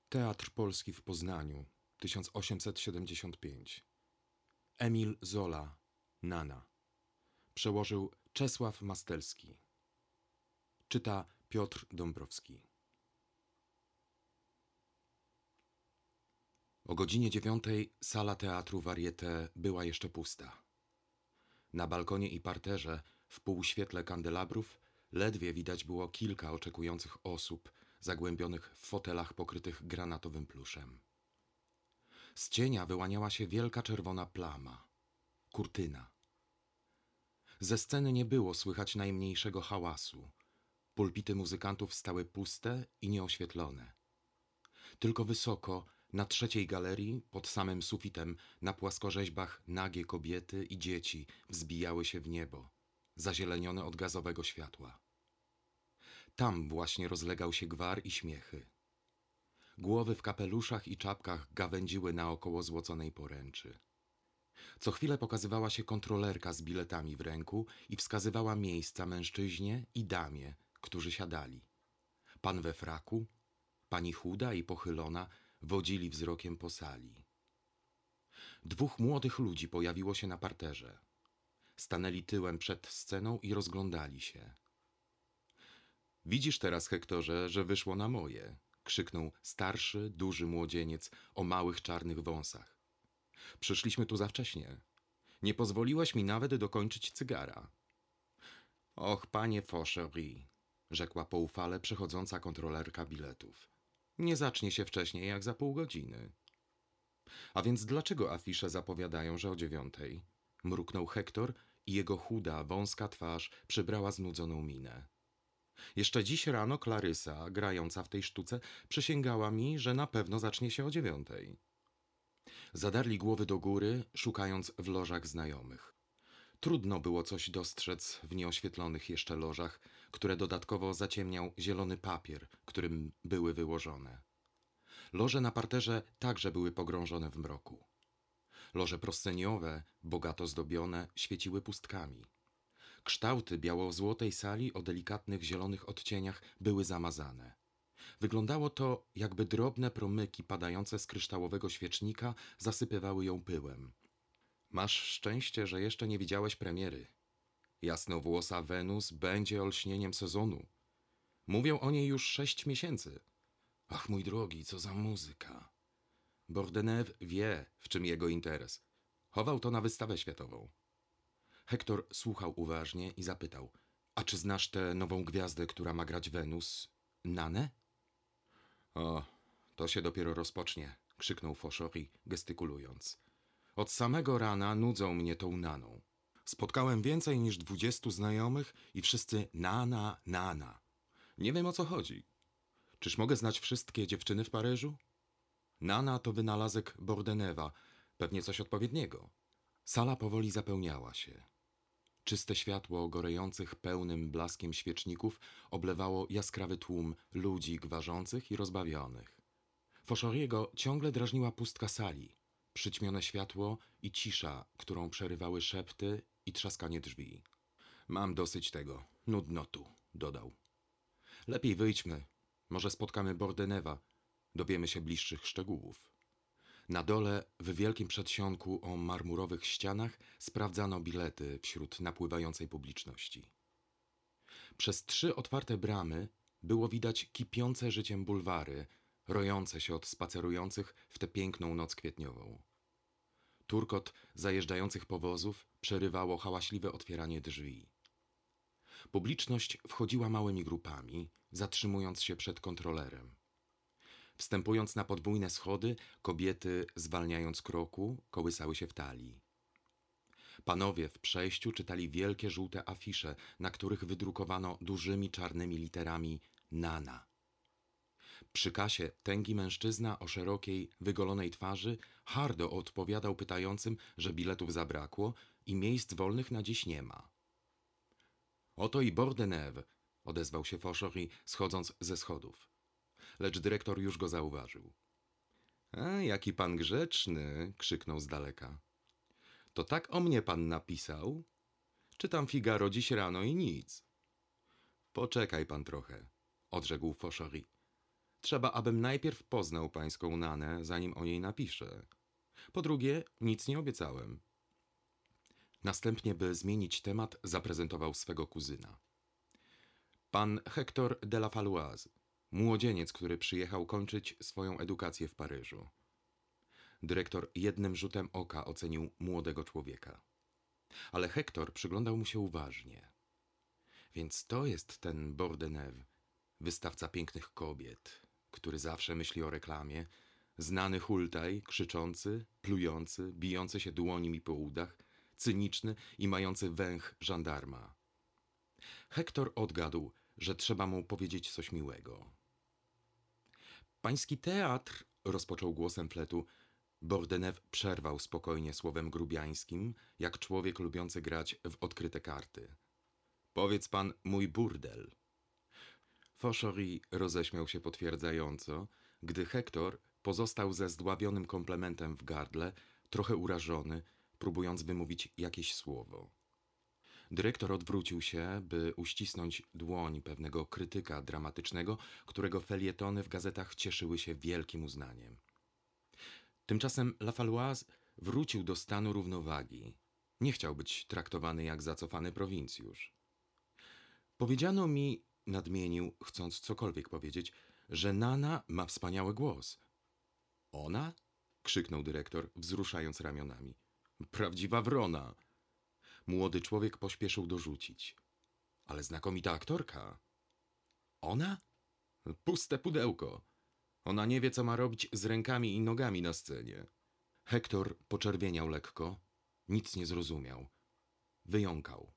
Teatr Polski w Poznaniu, 1875. Emil Zola, Nana. Przełożył Czesław Mastelski. Czyta Piotr Dąbrowski. O godzinie 9 sala teatru Varieté była jeszcze pusta. Na balkonie i parterze, w półświetle kandelabrów, ledwie widać było kilka oczekujących osób, zagłębionych w fotelach pokrytych granatowym pluszem. Z cienia wyłaniała się wielka czerwona plama. Kurtyna. Ze sceny nie było słychać najmniejszego hałasu. Pulpity muzykantów stały puste i nieoświetlone. Tylko wysoko, na trzeciej galerii, pod samym sufitem, na płaskorzeźbach nagie kobiety i dzieci wzbijały się w niebo, zazielenione od gazowego światła. Tam właśnie rozlegał się gwar i śmiechy. Głowy w kapeluszach i czapkach gawędziły naokoło złoconej poręczy. Co chwilę pokazywała się kontrolerka z biletami w ręku i wskazywała miejsca mężczyźnie i damie, którzy siadali. Pan we fraku, pani chuda i pochylona wodzili wzrokiem po sali. Dwóch młodych ludzi pojawiło się na parterze. Stanęli tyłem przed sceną i rozglądali się. Widzisz teraz, Hektorze, że wyszło na moje, krzyknął starszy, duży młodzieniec o małych czarnych wąsach. Przyszliśmy tu za wcześnie. Nie pozwoliłeś mi nawet dokończyć cygara. Och, panie Fauchery, rzekła poufale przechodząca kontrolerka biletów. Nie zacznie się wcześniej jak za pół godziny. A więc dlaczego afisze zapowiadają, że o 9? Mruknął Hektor i jego chuda, wąska twarz przybrała znudzoną minę. Jeszcze dziś rano Klarysa, grająca w tej sztuce, przysięgała mi, że na pewno zacznie się o 9. Zadarli głowy do góry, szukając w lożach znajomych. Trudno było coś dostrzec w nieoświetlonych jeszcze lożach, które dodatkowo zaciemniał zielony papier, którym były wyłożone. Loże na parterze także były pogrążone w mroku. Loże prosceniowe, bogato zdobione, świeciły pustkami. Kształty biało-złotej sali o delikatnych zielonych odcieniach były zamazane. Wyglądało to, jakby drobne promyki padające z kryształowego świecznika zasypywały ją pyłem. Masz szczęście, że jeszcze nie widziałeś premiery. Jasnowłosa Wenus będzie olśnieniem sezonu. Mówią o niej już 6 miesięcy. Ach, mój drogi, co za muzyka. Bordenave wie, w czym jego interes. Chował to na wystawę światową. Hektor słuchał uważnie i zapytał: a czy znasz tę nową gwiazdę, która ma grać Wenus? Nanę? O, to się dopiero rozpocznie, krzyknął Fauchery, gestykulując. Od samego rana nudzą mnie tą Naną. Spotkałem więcej niż 20 znajomych i wszyscy Nana, Nana. Nie wiem, o co chodzi. Czyż mogę znać wszystkie dziewczyny w Paryżu? Nana to wynalazek Bordenewa, pewnie coś odpowiedniego. Sala powoli zapełniała się. Czyste światło gorejących pełnym blaskiem świeczników oblewało jaskrawy tłum ludzi gwarzących i rozbawionych. Fauchery'ego ciągle drażniła pustka sali, przyćmione światło i cisza, którą przerywały szepty i trzaskanie drzwi. Mam dosyć tego, nudno tu, dodał. Lepiej wyjdźmy, może spotkamy Bordenewa, dowiemy się bliższych szczegółów. Na dole, w wielkim przedsionku o marmurowych ścianach, sprawdzano bilety wśród napływającej publiczności. Przez 3 otwarte bramy było widać kipiące życiem bulwary, rojące się od spacerujących w tę piękną noc kwietniową. Turkot zajeżdżających powozów przerywało hałaśliwe otwieranie drzwi. Publiczność wchodziła małymi grupami, zatrzymując się przed kontrolerem. Wstępując na podwójne schody, kobiety, zwalniając kroku, kołysały się w talii. Panowie w przejściu czytali wielkie żółte afisze, na których wydrukowano dużymi czarnymi literami Nana. Przy kasie tęgi mężczyzna o szerokiej, wygolonej twarzy hardo odpowiadał pytającym, że biletów zabrakło i miejsc wolnych na dziś nie ma. Oto i Bordenave, odezwał się Fauchery, schodząc ze schodów. Lecz dyrektor już go zauważył. Jaki pan grzeczny, krzyknął z daleka. To tak o mnie pan napisał? Czytam Figaro dziś rano i nic. Poczekaj pan trochę, odrzekł Fauchery. Trzeba, abym najpierw poznał pańską Nanę, zanim o niej napiszę. Po drugie, nic nie obiecałem. Następnie, by zmienić temat, zaprezentował swego kuzyna. Pan Hector de la Faloise, młodzieniec, który przyjechał kończyć swoją edukację w Paryżu. Dyrektor jednym rzutem oka ocenił młodego człowieka. Ale Hector przyglądał mu się uważnie. Więc to jest ten Bordenave, wystawca pięknych kobiet, który zawsze myśli o reklamie, znany hultaj, krzyczący, plujący, bijący się dłońmi po udach, cyniczny i mający węch żandarma. Hector odgadł, że trzeba mu powiedzieć coś miłego. Pański teatr, rozpoczął głosem fletu. Bordenave przerwał spokojnie słowem grubiańskim, jak człowiek lubiący grać w odkryte karty. Powiedz pan mój burdel. Fauchery roześmiał się potwierdzająco, gdy Hector pozostał ze zdławionym komplementem w gardle, trochę urażony, próbując wymówić jakieś słowo. Dyrektor odwrócił się, by uścisnąć dłoń pewnego krytyka dramatycznego, którego felietony w gazetach cieszyły się wielkim uznaniem. Tymczasem La Faloise wrócił do stanu równowagi. Nie chciał być traktowany jak zacofany prowincjusz. Powiedziano mi, nadmienił, chcąc cokolwiek powiedzieć, że Nana ma wspaniały głos. Ona? Krzyknął dyrektor, wzruszając ramionami. Prawdziwa wrona. Młody człowiek pośpieszył dorzucić. Ale znakomita aktorka. Ona? Puste pudełko. Ona nie wie, co ma robić z rękami i nogami na scenie. Hector poczerwieniał lekko, nic nie zrozumiał. Wyjąkał.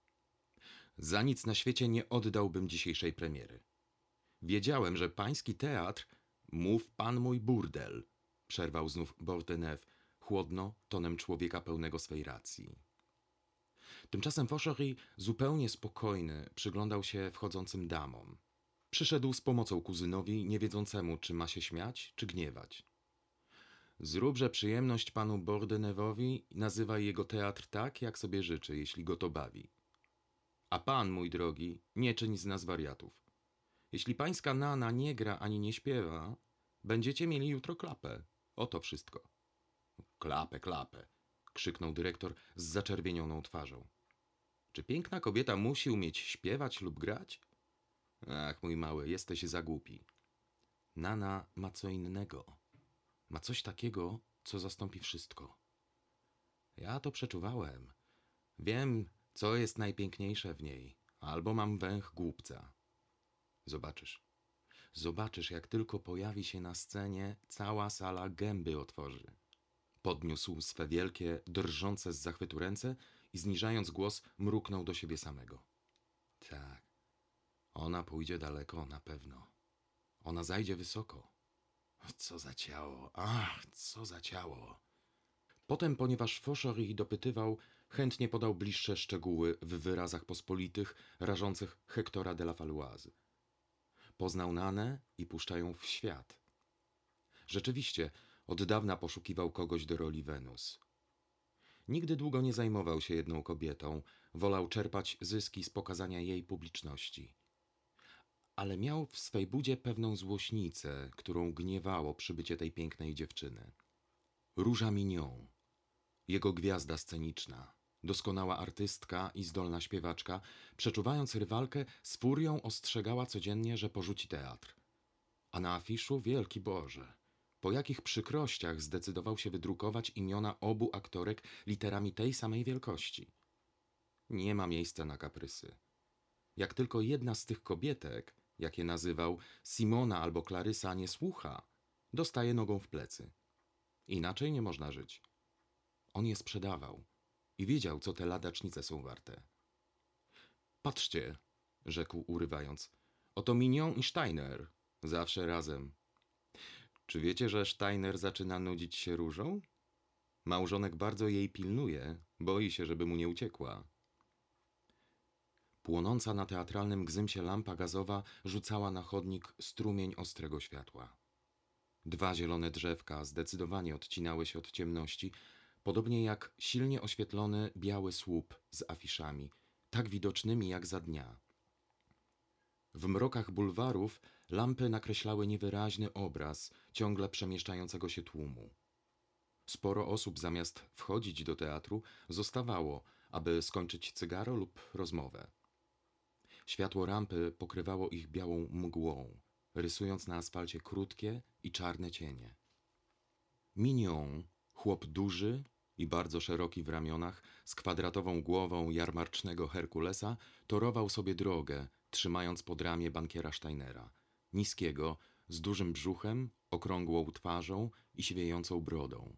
Za nic na świecie nie oddałbym dzisiejszej premiery. Wiedziałem, że pański teatr... Mów pan mój burdel, przerwał znów Bordenave, chłodno, tonem człowieka pełnego swej racji. Tymczasem Fauchery, zupełnie spokojny, przyglądał się wchodzącym damom. Przyszedł z pomocą kuzynowi, nie wiedzącemu, czy ma się śmiać, czy gniewać. Zróbże przyjemność panu Bordenevowi i nazywaj jego teatr tak, jak sobie życzy, jeśli go to bawi. A pan, mój drogi, nie czyń z nas wariatów. Jeśli pańska Nana nie gra ani nie śpiewa, będziecie mieli jutro klapę. Oto wszystko. Klapę, klapę, krzyknął dyrektor z zaczerwienioną twarzą. Czy piękna kobieta musi umieć śpiewać lub grać? Ach, mój mały, jesteś za głupi. Nana ma co innego. Ma coś takiego, co zastąpi wszystko. Ja to przeczuwałem. Wiem, co jest najpiękniejsze w niej. Albo mam węch głupca. Zobaczysz. Zobaczysz, jak tylko pojawi się na scenie, cała sala gęby otworzy. Podniósł swe wielkie, drżące z zachwytu ręce i zniżając głos, mruknął do siebie samego. Tak, ona pójdzie daleko na pewno. Ona zajdzie wysoko. Co za ciało, ach, co za ciało. Potem, ponieważ Fauchery dopytywał, chętnie podał bliższe szczegóły w wyrazach pospolitych, rażących Hectora de la Faloise. Poznał Nanę i puszcza ją w świat. Rzeczywiście, od dawna poszukiwał kogoś do roli Wenus. Nigdy długo nie zajmował się jedną kobietą, wolał czerpać zyski z pokazania jej publiczności. Ale miał w swej budzie pewną złośnicę, którą gniewało przybycie tej pięknej dziewczyny. Róża Mignon, jego gwiazda sceniczna, doskonała artystka i zdolna śpiewaczka, przeczuwając rywalkę, z furią ostrzegała codziennie, że porzuci teatr. A na afiszu, wielki Boże, po jakich przykrościach zdecydował się wydrukować imiona obu aktorek literami tej samej wielkości. Nie ma miejsca na kaprysy. Jak tylko jedna z tych kobietek, jak je nazywał, Simona albo Klarysa, nie słucha, dostaje nogą w plecy. Inaczej nie można żyć. On je sprzedawał i wiedział, co te ladacznice są warte. Patrzcie, rzekł urywając, oto Mignon i Steiner, zawsze razem. Czy wiecie, że Steiner zaczyna nudzić się Różą? Małżonek bardzo jej pilnuje, boi się, żeby mu nie uciekła. Płonąca na teatralnym gzymsie lampa gazowa rzucała na chodnik strumień ostrego światła. Dwa zielone drzewka zdecydowanie odcinały się od ciemności, podobnie jak silnie oświetlony biały słup z afiszami, tak widocznymi jak za dnia. W mrokach bulwarów lampy nakreślały niewyraźny obraz ciągle przemieszczającego się tłumu. Sporo osób zamiast wchodzić do teatru zostawało, aby skończyć cygaro lub rozmowę. Światło rampy pokrywało ich białą mgłą, rysując na asfalcie krótkie i czarne cienie. Mignon, chłop duży i bardzo szeroki w ramionach, z kwadratową głową jarmarcznego Herkulesa, torował sobie drogę, trzymając pod ramię bankiera Steinera, niskiego, z dużym brzuchem, okrągłą twarzą i siwiejącą brodą.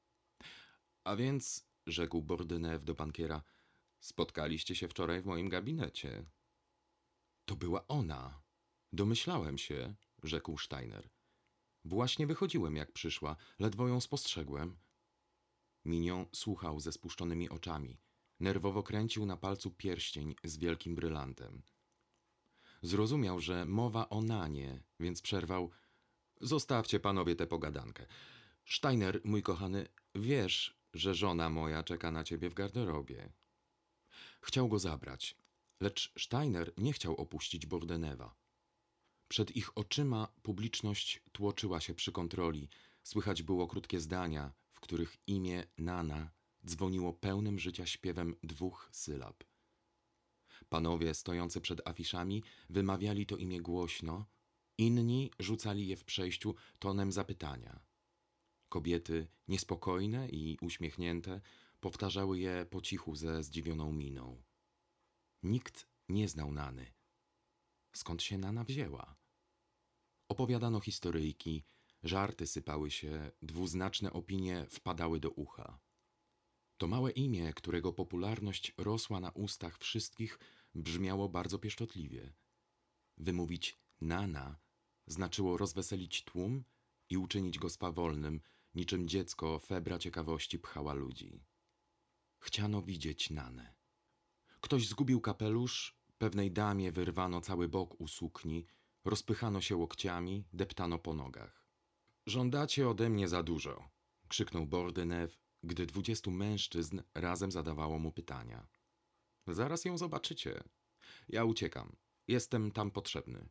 A więc, rzekł Bordenave do bankiera, spotkaliście się wczoraj w moim gabinecie. To była ona. Domyślałem się, rzekł Steiner. Właśnie wychodziłem, jak przyszła, ledwo ją spostrzegłem. Mignon słuchał ze spuszczonymi oczami. Nerwowo kręcił na palcu pierścień z wielkim brylantem. Zrozumiał, że mowa o Nanie, więc przerwał. Zostawcie panowie tę pogadankę. Steiner, mój kochany, wiesz, że żona moja czeka na ciebie w garderobie. Chciał go zabrać, lecz Steiner nie chciał opuścić Bordenewa. Przed ich oczyma publiczność tłoczyła się przy kontroli. Słychać było krótkie zdania, w których imię Nana dzwoniło pełnym życia śpiewem 2 sylab. Panowie stojący przed afiszami wymawiali to imię głośno, inni rzucali je w przejściu tonem zapytania. Kobiety, niespokojne i uśmiechnięte, powtarzały je po cichu ze zdziwioną miną. Nikt nie znał Nany. Skąd się Nana wzięła? Opowiadano historyjki, żarty sypały się, dwuznaczne opinie wpadały do ucha. To małe imię, którego popularność rosła na ustach wszystkich, brzmiało bardzo pieszczotliwie. Wymówić Nana znaczyło rozweselić tłum i uczynić go swawolnym, niczym dziecko febra ciekawości pchała ludzi. Chciano widzieć Nanę. Ktoś zgubił kapelusz, pewnej damie wyrwano cały bok u sukni, rozpychano się łokciami, deptano po nogach. Żądacie ode mnie za dużo, krzyknął Bordenave, gdy 20 mężczyzn razem zadawało mu pytania. Zaraz ją zobaczycie. Ja uciekam. Jestem tam potrzebny.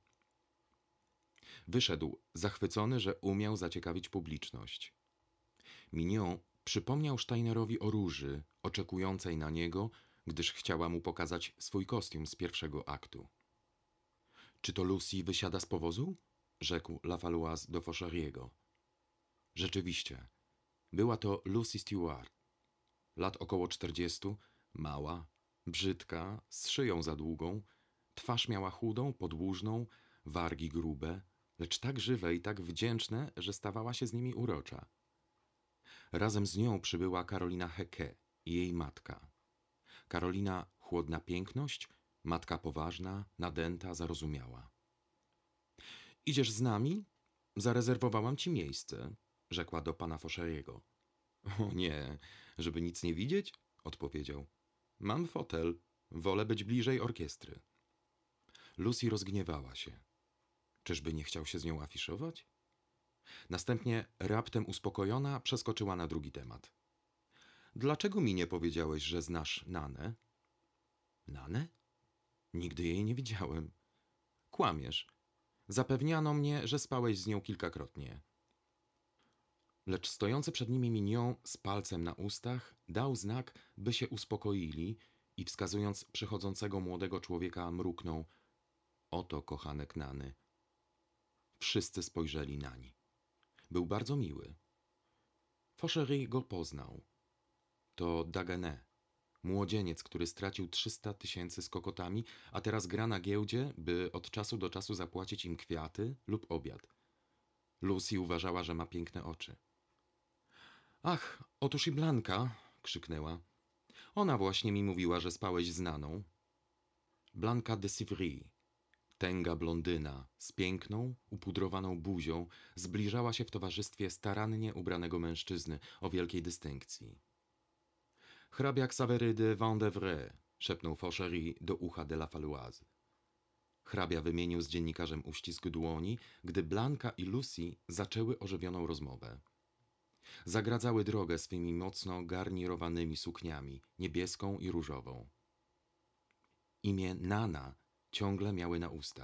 Wyszedł, zachwycony, że umiał zaciekawić publiczność. Mignon przypomniał Steinerowi o róży, oczekującej na niego, gdyż chciała mu pokazać swój kostium z pierwszego aktu. Czy to Lucy wysiada z powozu? Rzekł Lafaloise do Faucheriego. Rzeczywiście. Była to Lucy Stewart. Lat około 40, mała, brzydka, z szyją za długą, twarz miała chudą, podłużną, wargi grube, lecz tak żywe i tak wdzięczne, że stawała się z nimi urocza. Razem z nią przybyła Karolina Hecke i jej matka. Karolina chłodna piękność, matka poważna, nadęta, zarozumiała. Idziesz z nami? Zarezerwowałam ci miejsce, rzekła do pana Faucheriego. O nie, żeby nic nie widzieć? Odpowiedział. Mam fotel, wolę być bliżej orkiestry. Lucy rozgniewała się. Czyżby nie chciał się z nią afiszować? Następnie, raptem uspokojona, przeskoczyła na drugi temat. Dlaczego mi nie powiedziałeś, że znasz Nanę? Nanę? Nigdy jej nie widziałem. Kłamiesz. Zapewniano mnie, że spałeś z nią kilkakrotnie. Lecz stojący przed nimi Mignon z palcem na ustach dał znak, by się uspokoili i wskazując przychodzącego młodego człowieka mruknął. Oto kochanek Nany. Wszyscy spojrzeli nań. Był bardzo miły. Fauchery go poznał. To Dagenet, młodzieniec, który stracił 300 000 z kokotami, a teraz gra na giełdzie, by od czasu do czasu zapłacić im kwiaty lub obiad. Lucy uważała, że ma piękne oczy. Ach, otóż i Blanka, krzyknęła. Ona właśnie mi mówiła, że spałeś z Naną. Blanka de Sivry, tęga blondyna, z piękną, upudrowaną buzią, zbliżała się w towarzystwie starannie ubranego mężczyzny o wielkiej dystynkcji. Hrabia Xavery de Vendevray, szepnął Fauchery do ucha de Lafaloise. Hrabia wymienił z dziennikarzem uścisk dłoni, gdy Blanka i Lucy zaczęły ożywioną rozmowę. Zagradzały drogę swymi mocno garnirowanymi sukniami, niebieską i różową. Imię Nana ciągle miały na ustach,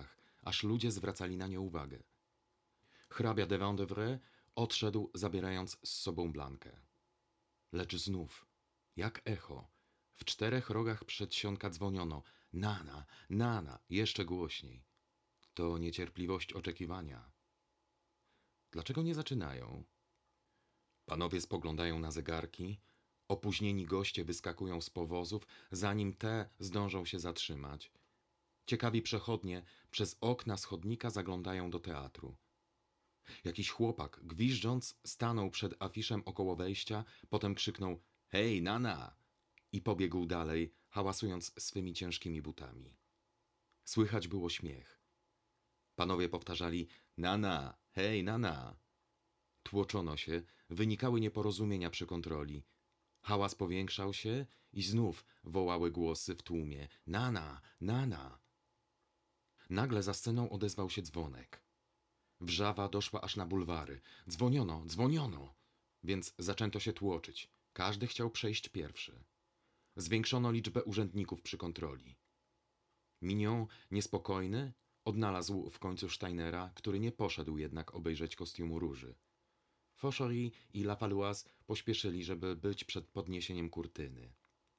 aż ludzie zwracali na nie uwagę. Hrabia de Vandevres odszedł, zabierając z sobą Blankę. Lecz znów, jak echo, w 4 rogach przedsionka dzwoniono: Nana, Nana, jeszcze głośniej. To niecierpliwość oczekiwania. Dlaczego nie zaczynają? Panowie spoglądają na zegarki, opóźnieni goście wyskakują z powozów, zanim te zdążą się zatrzymać. Ciekawi przechodnie przez okna z chodnika zaglądają do teatru. Jakiś chłopak, gwiżdżąc, stanął przed afiszem około wejścia, potem krzyknął: Hej, Nana! I pobiegł dalej, hałasując swymi ciężkimi butami. Słychać było śmiech. Panowie powtarzali: Nana, hej, Nana! Tłoczono się, wynikały nieporozumienia przy kontroli. Hałas powiększał się i znów wołały głosy w tłumie: Nana, Nana! Nagle za sceną odezwał się dzwonek. Wrzawa doszła aż na bulwary. Dzwoniono, dzwoniono! Więc zaczęto się tłoczyć. Każdy chciał przejść pierwszy. Zwiększono liczbę urzędników przy kontroli. Mignon, niespokojny, odnalazł w końcu Steinera, który nie poszedł jednak obejrzeć kostiumu róży. Fauchery i Lavalloise pośpieszyli, żeby być przed podniesieniem kurtyny.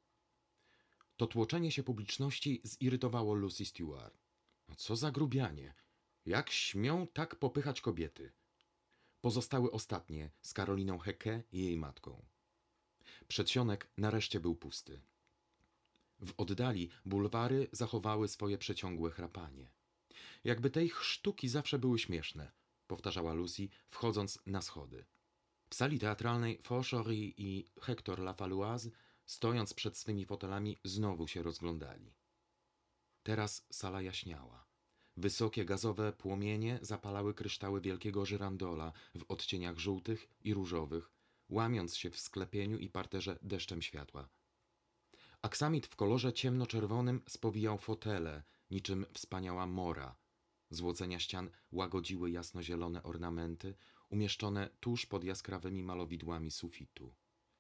To tłoczenie się publiczności zirytowało Lucy Stewart. Co za grubianie! Jak śmią tak popychać kobiety? Pozostały ostatnie z Karoliną Hecke i jej matką. Przedsionek nareszcie był pusty. W oddali bulwary zachowały swoje przeciągłe chrapanie. Jakby te ich sztuki zawsze były śmieszne, powtarzała Lucy, wchodząc na schody. W sali teatralnej Fauchery i Hector Lavalloise, stojąc przed swymi fotelami, znowu się rozglądali. Teraz sala jaśniała. Wysokie gazowe płomienie zapalały kryształy wielkiego żyrandola w odcieniach żółtych i różowych, łamiąc się w sklepieniu i parterze deszczem światła. Aksamit w kolorze ciemnoczerwonym spowijał fotele, niczym wspaniała mora. Złocenia ścian łagodziły jasnozielone ornamenty, umieszczone tuż pod jaskrawymi malowidłami sufitu.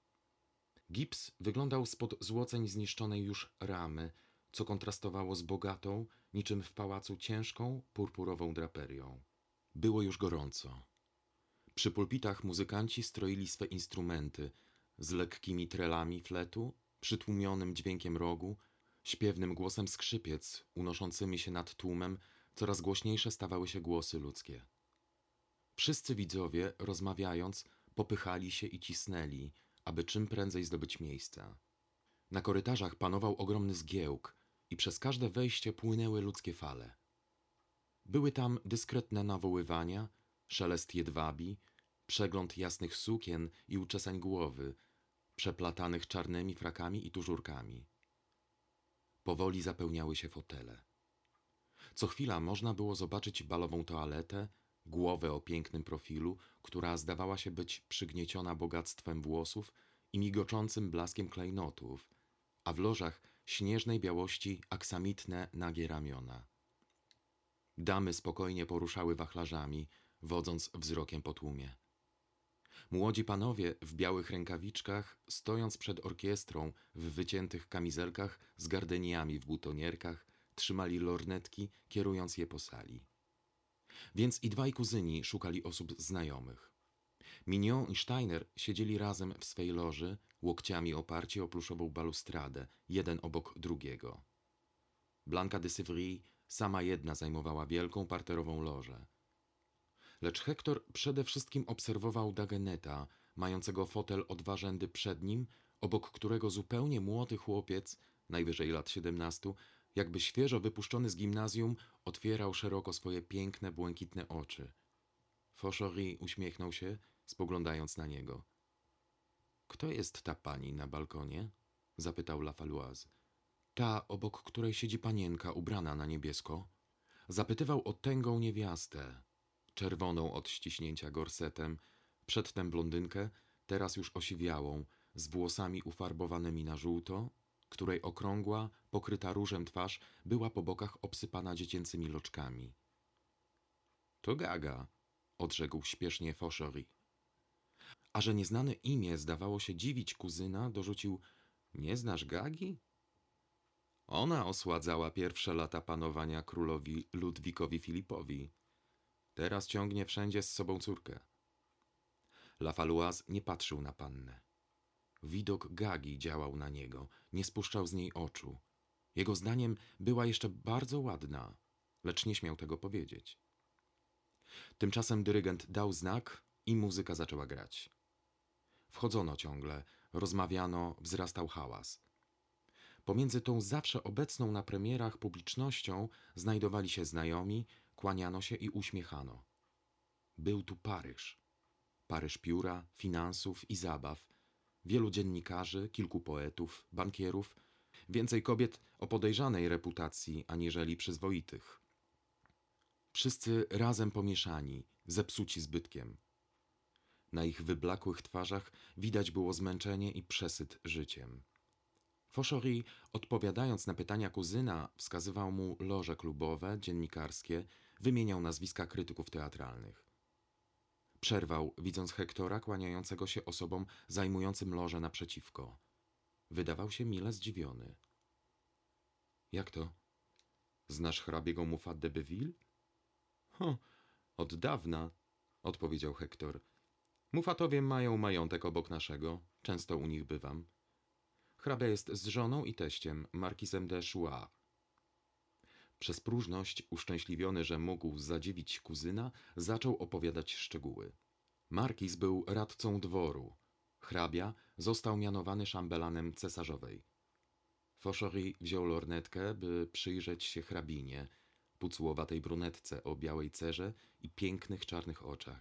Gips wyglądał spod złoceń zniszczonej już ramy, co kontrastowało z bogatą, niczym w pałacu ciężką, purpurową draperią. Było już gorąco. Przy pulpitach muzykanci stroili swe instrumenty z lekkimi trelami fletu, przytłumionym dźwiękiem rogu, śpiewnym głosem skrzypiec unoszącymi się nad tłumem. Coraz głośniejsze stawały się głosy ludzkie. Wszyscy widzowie, rozmawiając, popychali się i cisnęli, aby czym prędzej zdobyć miejsca. Na korytarzach panował ogromny zgiełk i przez każde wejście płynęły ludzkie fale. Były tam dyskretne nawoływania, szelest jedwabi, przegląd jasnych sukien i uczesań głowy, przeplatanych czarnymi frakami i tużurkami. Powoli zapełniały się fotele. Co chwila można było zobaczyć balową toaletę, głowę o pięknym profilu, która zdawała się być przygnieciona bogactwem włosów i migoczącym blaskiem klejnotów, a w lożach śnieżnej białości aksamitne nagie ramiona. Damy spokojnie poruszały wachlarzami, wodząc wzrokiem po tłumie. Młodzi panowie w białych rękawiczkach, stojąc przed orkiestrą w wyciętych kamizelkach z gardeniami w butonierkach, trzymali lornetki, kierując je po sali. Więc i dwaj kuzyni szukali osób znajomych. Mignon i Steiner siedzieli razem w swej loży, łokciami oparci o pluszową balustradę, jeden obok drugiego. Blanka de Sivry sama jedna zajmowała wielką parterową lożę. Lecz Hector przede wszystkim obserwował Dageneta, mającego fotel o 2 rzędy przed nim, obok którego zupełnie młody chłopiec, najwyżej lat 17, jakby świeżo wypuszczony z gimnazjum, otwierał szeroko swoje piękne, błękitne oczy. Fauchery uśmiechnął się, spoglądając na niego. — Kto jest ta pani na balkonie? — zapytał Lavalloise. — Ta, obok której siedzi panienka ubrana na niebiesko. Zapytywał o tęgą niewiastę, czerwoną od ściśnięcia gorsetem, przedtem blondynkę, teraz już osiwiałą, z włosami ufarbowanymi na żółto, której okrągła, pokryta różem twarz była po bokach obsypana dziecięcymi loczkami. — To Gaga — odrzekł śpiesznie Fauchery. A że nieznane imię zdawało się dziwić kuzyna, dorzucił: — Nie znasz Gagi? Ona osładzała pierwsze lata panowania królowi Ludwikowi Filipowi. Teraz ciągnie wszędzie z sobą córkę. Lafaloise nie patrzył na pannę. Widok Gagi działał na niego, nie spuszczał z niej oczu. Jego zdaniem była jeszcze bardzo ładna, lecz nie śmiał tego powiedzieć. Tymczasem dyrygent dał znak i muzyka zaczęła grać. Wchodzono ciągle, rozmawiano, wzrastał hałas. Pomiędzy tą zawsze obecną na premierach publicznością znajdowali się znajomi, kłaniano się i uśmiechano. Był tu Paryż. Paryż pióra, finansów i zabaw, wielu dziennikarzy, kilku poetów, bankierów, więcej kobiet o podejrzanej reputacji aniżeli przyzwoitych. Wszyscy razem pomieszani, zepsuci zbytkiem. Na ich wyblakłych twarzach widać było zmęczenie i przesyt życiem. Fauchery, odpowiadając na pytania kuzyna, wskazywał mu loże klubowe, dziennikarskie, wymieniał nazwiska krytyków teatralnych. Przerwał, widząc Hektora kłaniającego się osobom zajmującym loże naprzeciwko. Wydawał się mile zdziwiony. — Jak to? Znasz hrabiego Muffat de Belleville? — Od dawna — odpowiedział Hektor. — Muffatowie mają majątek obok naszego. Często u nich bywam. Hrabia jest z żoną i teściem, markizem de Chouart. Przez próżność, uszczęśliwiony, że mógł zadziwić kuzyna, zaczął opowiadać szczegóły. Markiz był radcą dworu. Hrabia został mianowany szambelanem cesarzowej. Fauchery wziął lornetkę, by przyjrzeć się hrabinie, pucłowatej brunetce o białej cerze i pięknych czarnych oczach.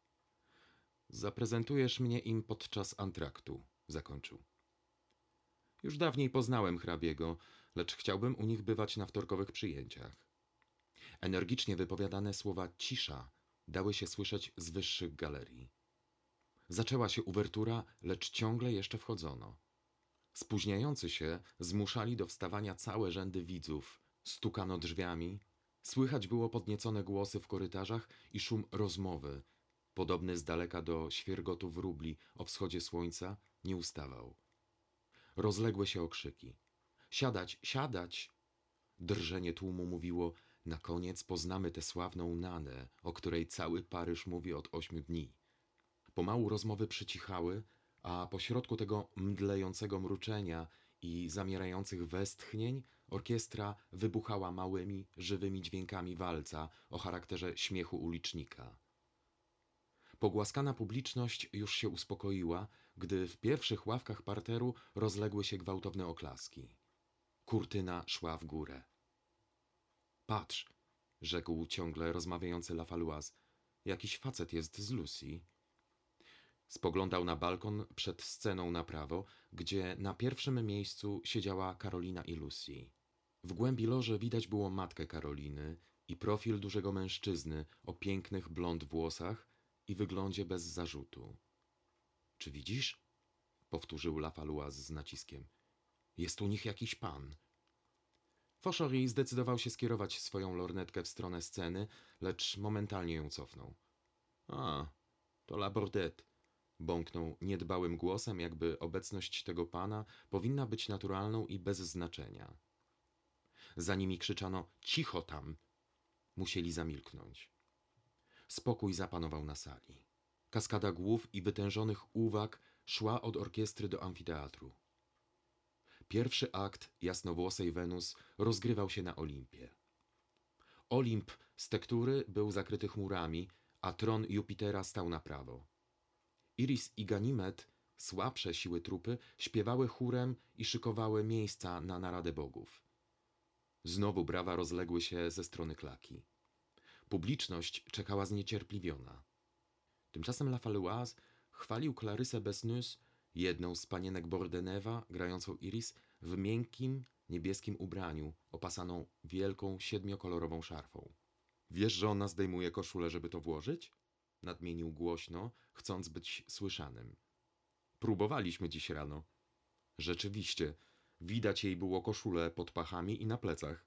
Zaprezentujesz mnie im podczas antraktu, zakończył. Już dawniej poznałem hrabiego, lecz chciałbym u nich bywać na wtorkowych przyjęciach. Energicznie wypowiadane słowa cisza dały się słyszeć z wyższych galerii. Zaczęła się uwertura, lecz ciągle jeszcze wchodzono. Spóźniający się zmuszali do wstawania całe rzędy widzów, stukano drzwiami, słychać było podniecone głosy w korytarzach i szum rozmowy, podobny z daleka do świergotu wróbli o wschodzie słońca, nie ustawał. Rozległy się okrzyki. Siadać, siadać! Drżenie tłumu mówiło, na koniec poznamy tę sławną Nanę, o której cały Paryż mówi od 8 dni. Pomału rozmowy przycichały, a pośrodku tego mdlejącego mruczenia i zamierających westchnień orkiestra wybuchała małymi, żywymi dźwiękami walca o charakterze śmiechu ulicznika. Pogłaskana publiczność już się uspokoiła, gdy w pierwszych ławkach parteru rozległy się gwałtowne oklaski. Kurtyna szła w górę. Patrz, rzekł ciągle rozmawiający Lafaloise, jakiś facet jest z Lucy. Spoglądał na balkon przed sceną na prawo, gdzie na pierwszym miejscu siedziała Karolina i Lucy. W głębi loży widać było matkę Karoliny i profil dużego mężczyzny o pięknych blond włosach i wyglądzie bez zarzutu. — Czy widzisz? — powtórzył Lafaloise z naciskiem. — Jest u nich jakiś pan. Fauchery zdecydował się skierować swoją lornetkę w stronę sceny, lecz momentalnie ją cofnął. — A, to Labordette — bąknął niedbałym głosem, jakby obecność tego pana powinna być naturalną i bez znaczenia. Za nimi krzyczano — cicho tam! Musieli zamilknąć. Spokój zapanował na sali. Kaskada głów i wytężonych uwag szła od orkiestry do amfiteatru. Pierwszy akt jasnowłosej Wenus rozgrywał się na Olimpie. Olimp z tektury był zakryty chmurami, a tron Jupitera stał na prawo. Iris i Ganimed, słabsze siły trupy, śpiewały chórem i szykowały miejsca na naradę bogów. Znowu brawa rozległy się ze strony klaki. Publiczność czekała zniecierpliwiona. Tymczasem Lafaloise chwalił Clarysę Besnus, jedną z panienek Bordenewa, grającą Iris, w miękkim, niebieskim ubraniu, opasaną wielką, 7-kolorową szarfą. — Wiesz, że ona zdejmuje koszulę, żeby to włożyć? — nadmienił głośno, chcąc być słyszanym. — Próbowaliśmy dziś rano. Rzeczywiście, widać jej było koszulę pod pachami i na plecach.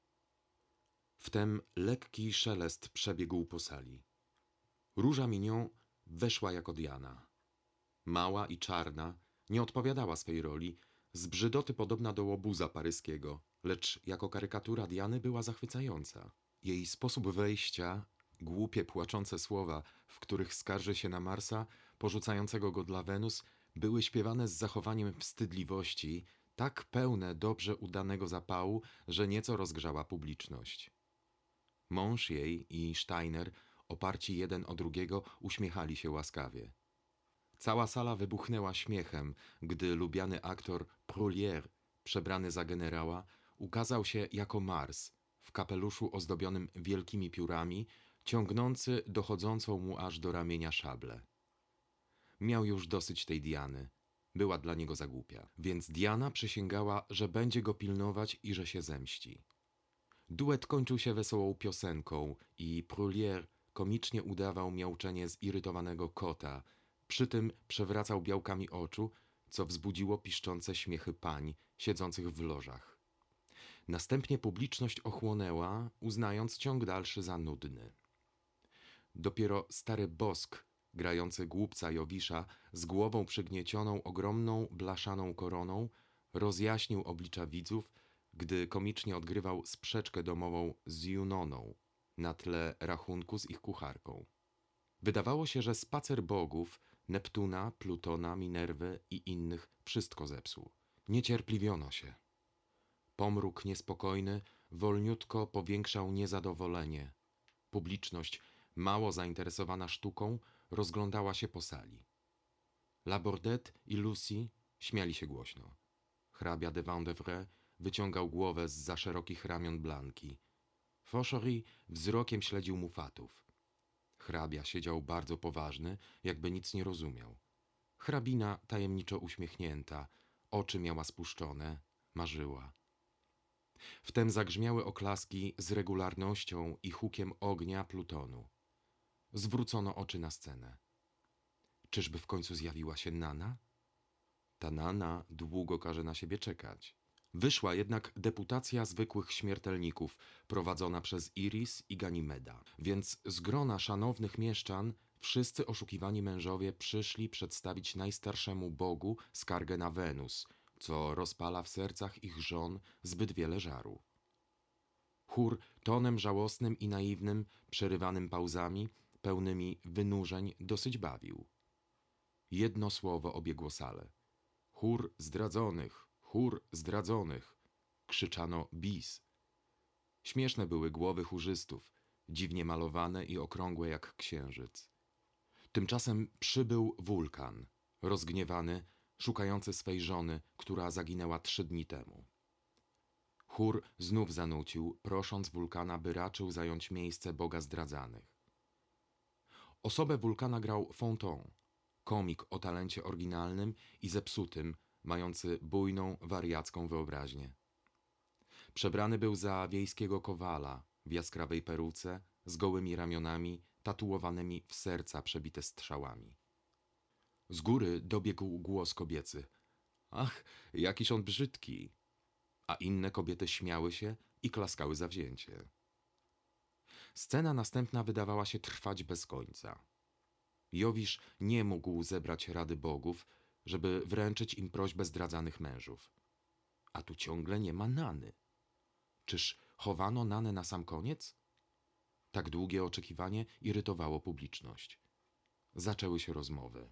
Wtem lekki szelest przebiegł po sali. Róża Mignon weszła jako Diana. Mała i czarna, nie odpowiadała swej roli, Z brzydoty podobna do łobuza paryskiego, lecz jako karykatura Diany była zachwycająca. Jej sposób wejścia, głupie, płaczące słowa, w których skarży się na Marsa, porzucającego go dla Wenus, były śpiewane z zachowaniem wstydliwości, tak pełne dobrze udanego zapału, że nieco rozgrzała publiczność. Mąż jej i Steiner, oparci jeden o drugiego, uśmiechali się łaskawie. Cała sala wybuchnęła śmiechem, gdy lubiany aktor Prolière, przebrany za generała, ukazał się jako Mars, w kapeluszu ozdobionym wielkimi piórami, ciągnący dochodzącą mu aż do ramienia szablę. Miał już dosyć tej Diany. Była dla niego za głupia. Więc Diana przysięgała, że będzie go pilnować i że się zemści. Duet kończył się wesołą piosenką i Prolière komicznie udawał miauczenie zirytowanego kota, przy tym przewracał białkami oczu, co wzbudziło piszczące śmiechy pań siedzących w lożach. Następnie publiczność ochłonęła, uznając ciąg dalszy za nudny. Dopiero stary Bosk, grający głupca Jowisza, z głową przygniecioną ogromną blaszaną koroną, rozjaśnił oblicza widzów, gdy komicznie odgrywał sprzeczkę domową z Junoną na tle rachunku z ich kucharką. Wydawało się, że spacer bogów, Neptuna, Plutona, Minerwy i innych wszystko zepsuł. Niecierpliwiono się. Pomruk niespokojny wolniutko powiększał niezadowolenie. Publiczność, mało zainteresowana sztuką, rozglądała się po sali. Labordette i Lucy śmiali się głośno. Hrabia de Vandevres wyciągał głowę zza szerokich ramion Blanki. Fauchery wzrokiem śledził mufatów. Hrabia siedział bardzo poważny, jakby nic nie rozumiał. Hrabina tajemniczo uśmiechnięta, oczy miała spuszczone, marzyła. Wtem zagrzmiały oklaski z regularnością i hukiem ognia Plutonu. Zwrócono oczy na scenę. Czyżby w końcu zjawiła się Nana? Ta Nana długo każe na siebie czekać. Wyszła jednak deputacja zwykłych śmiertelników, prowadzona przez Iris i Ganimeda, więc z grona szanownych mieszczan wszyscy oszukiwani mężowie przyszli przedstawić najstarszemu bogu skargę na Wenus, co rozpala w sercach ich żon zbyt wiele żaru. Chór tonem żałosnym i naiwnym, przerywanym pauzami, pełnymi wynurzeń, dosyć bawił. Jedno słowo obiegło salę. Chór zdradzonych, chór zdradzonych, krzyczano bis. Śmieszne były głowy chórzystów, dziwnie malowane i okrągłe jak księżyc. Tymczasem przybył wulkan, rozgniewany, szukający swej żony, która zaginęła 3 dni temu. Chór znów zanucił, prosząc wulkana, by raczył zająć miejsce boga zdradzanych. Osobę wulkana grał Fonton, komik o talencie oryginalnym i zepsutym, mający bujną, wariacką wyobraźnię. Przebrany był za wiejskiego kowala, w jaskrawej peruce, z gołymi ramionami, tatuowanymi w serca przebite strzałami. Z góry dobiegł głos kobiecy. Ach, jakiż on brzydki! A inne kobiety śmiały się i klaskały zawzięcie. Scena następna wydawała się trwać bez końca. Jowisz nie mógł zebrać rady bogów, żeby wręczyć im prośbę zdradzanych mężów. A tu ciągle nie ma Nany. Czyż chowano Nanę na sam koniec? Tak długie oczekiwanie irytowało publiczność. Zaczęły się rozmowy.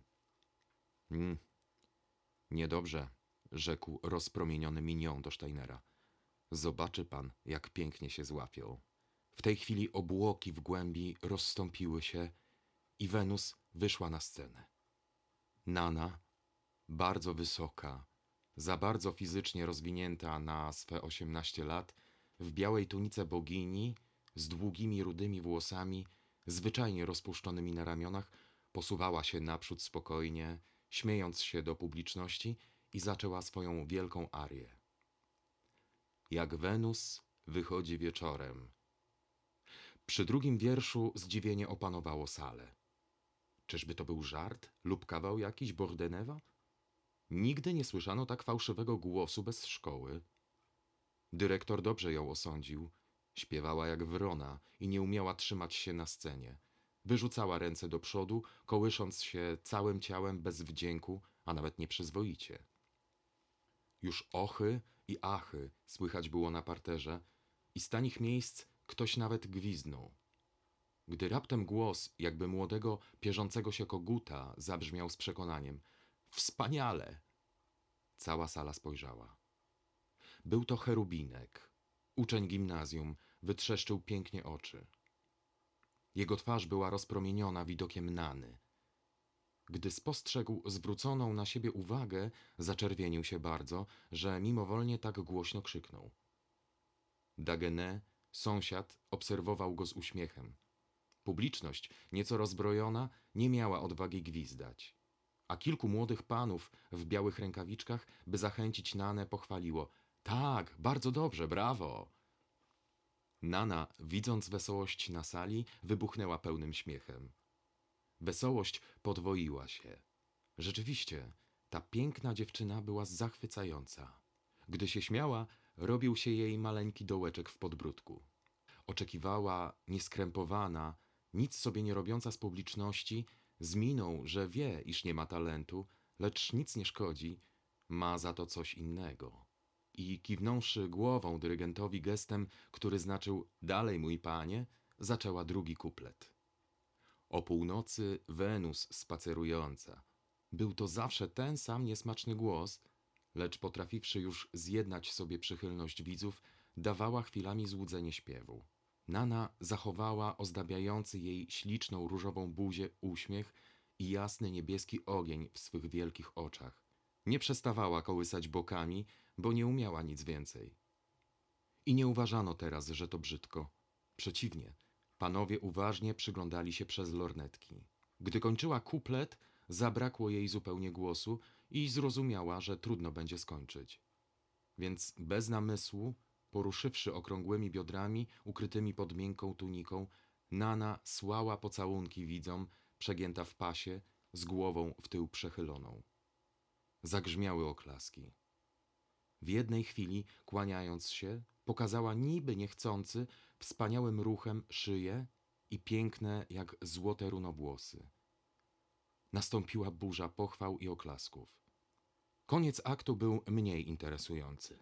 Niedobrze, rzekł rozpromieniony mignon do Steinera. Zobaczy pan, jak pięknie się złapią. W tej chwili obłoki w głębi rozstąpiły się i Wenus wyszła na scenę. Nana, bardzo wysoka, za bardzo fizycznie rozwinięta na swe 18 lat, w białej tunice bogini, z długimi rudymi włosami, zwyczajnie rozpuszczonymi na ramionach, posuwała się naprzód spokojnie, śmiejąc się do publiczności i zaczęła swoją wielką arię. Jak Wenus wychodzi wieczorem. Przy drugim wierszu zdziwienie opanowało salę. Czyżby to był żart lub kawał jakiś Bordenewa? Nigdy nie słyszano tak fałszywego głosu bez szkoły. Dyrektor dobrze ją osądził. Śpiewała jak wrona i nie umiała trzymać się na scenie. Wyrzucała ręce do przodu, kołysząc się całym ciałem bez wdzięku, a nawet nieprzyzwoicie. Już ochy i achy słychać było na parterze i z tanich miejsc ktoś nawet gwizdnął. Gdy raptem głos, jakby młodego, pierzącego się koguta, zabrzmiał z przekonaniem: Wspaniale! Cała sala spojrzała. Był to Cherubinek, uczeń gimnazjum, wytrzeszczył pięknie oczy. Jego twarz była rozpromieniona widokiem Nany. Gdy spostrzegł zwróconą na siebie uwagę, zaczerwienił się bardzo, że mimowolnie tak głośno krzyknął. Dagenet, sąsiad, obserwował go z uśmiechem. Publiczność, nieco rozbrojona, nie miała odwagi gwizdać. A kilku młodych panów w białych rękawiczkach, by zachęcić Nanę, pochwaliło: tak, bardzo dobrze, brawo! Nana, widząc wesołość na sali, wybuchnęła pełnym śmiechem. Wesołość podwoiła się. Rzeczywiście, ta piękna dziewczyna była zachwycająca. Gdy się śmiała, robił się jej maleńki dołeczek w podbródku. Oczekiwała, nieskrępowana, nic sobie nie robiąca z publiczności, z miną, że wie, iż nie ma talentu, lecz nic nie szkodzi, ma za to coś innego. I kiwnąwszy głową dyrygentowi gestem, który znaczył dalej, mój panie, zaczęła drugi kuplet. O północy Wenus spacerująca. Był to zawsze ten sam niesmaczny głos, lecz potrafiwszy już zjednać sobie przychylność widzów, dawała chwilami złudzenie śpiewu. Nana zachowała ozdabiający jej śliczną różową buzię uśmiech i jasny niebieski ogień w swych wielkich oczach. Nie przestawała kołysać bokami, bo nie umiała nic więcej. I nie uważano teraz, że to brzydko. Przeciwnie, panowie uważnie przyglądali się przez lornetki. Gdy kończyła kuplet, zabrakło jej zupełnie głosu i zrozumiała, że trudno będzie skończyć. Więc bez namysłu, poruszywszy okrągłymi biodrami ukrytymi pod miękką tuniką, Nana słała pocałunki widzom, przegięta w pasie, z głową w tył przechyloną. Zagrzmiały oklaski. W jednej chwili, kłaniając się, pokazała niby niechcący, wspaniałym ruchem szyję i piękne jak złote runowłosy. Nastąpiła burza pochwał i oklasków. Koniec aktu był mniej interesujący.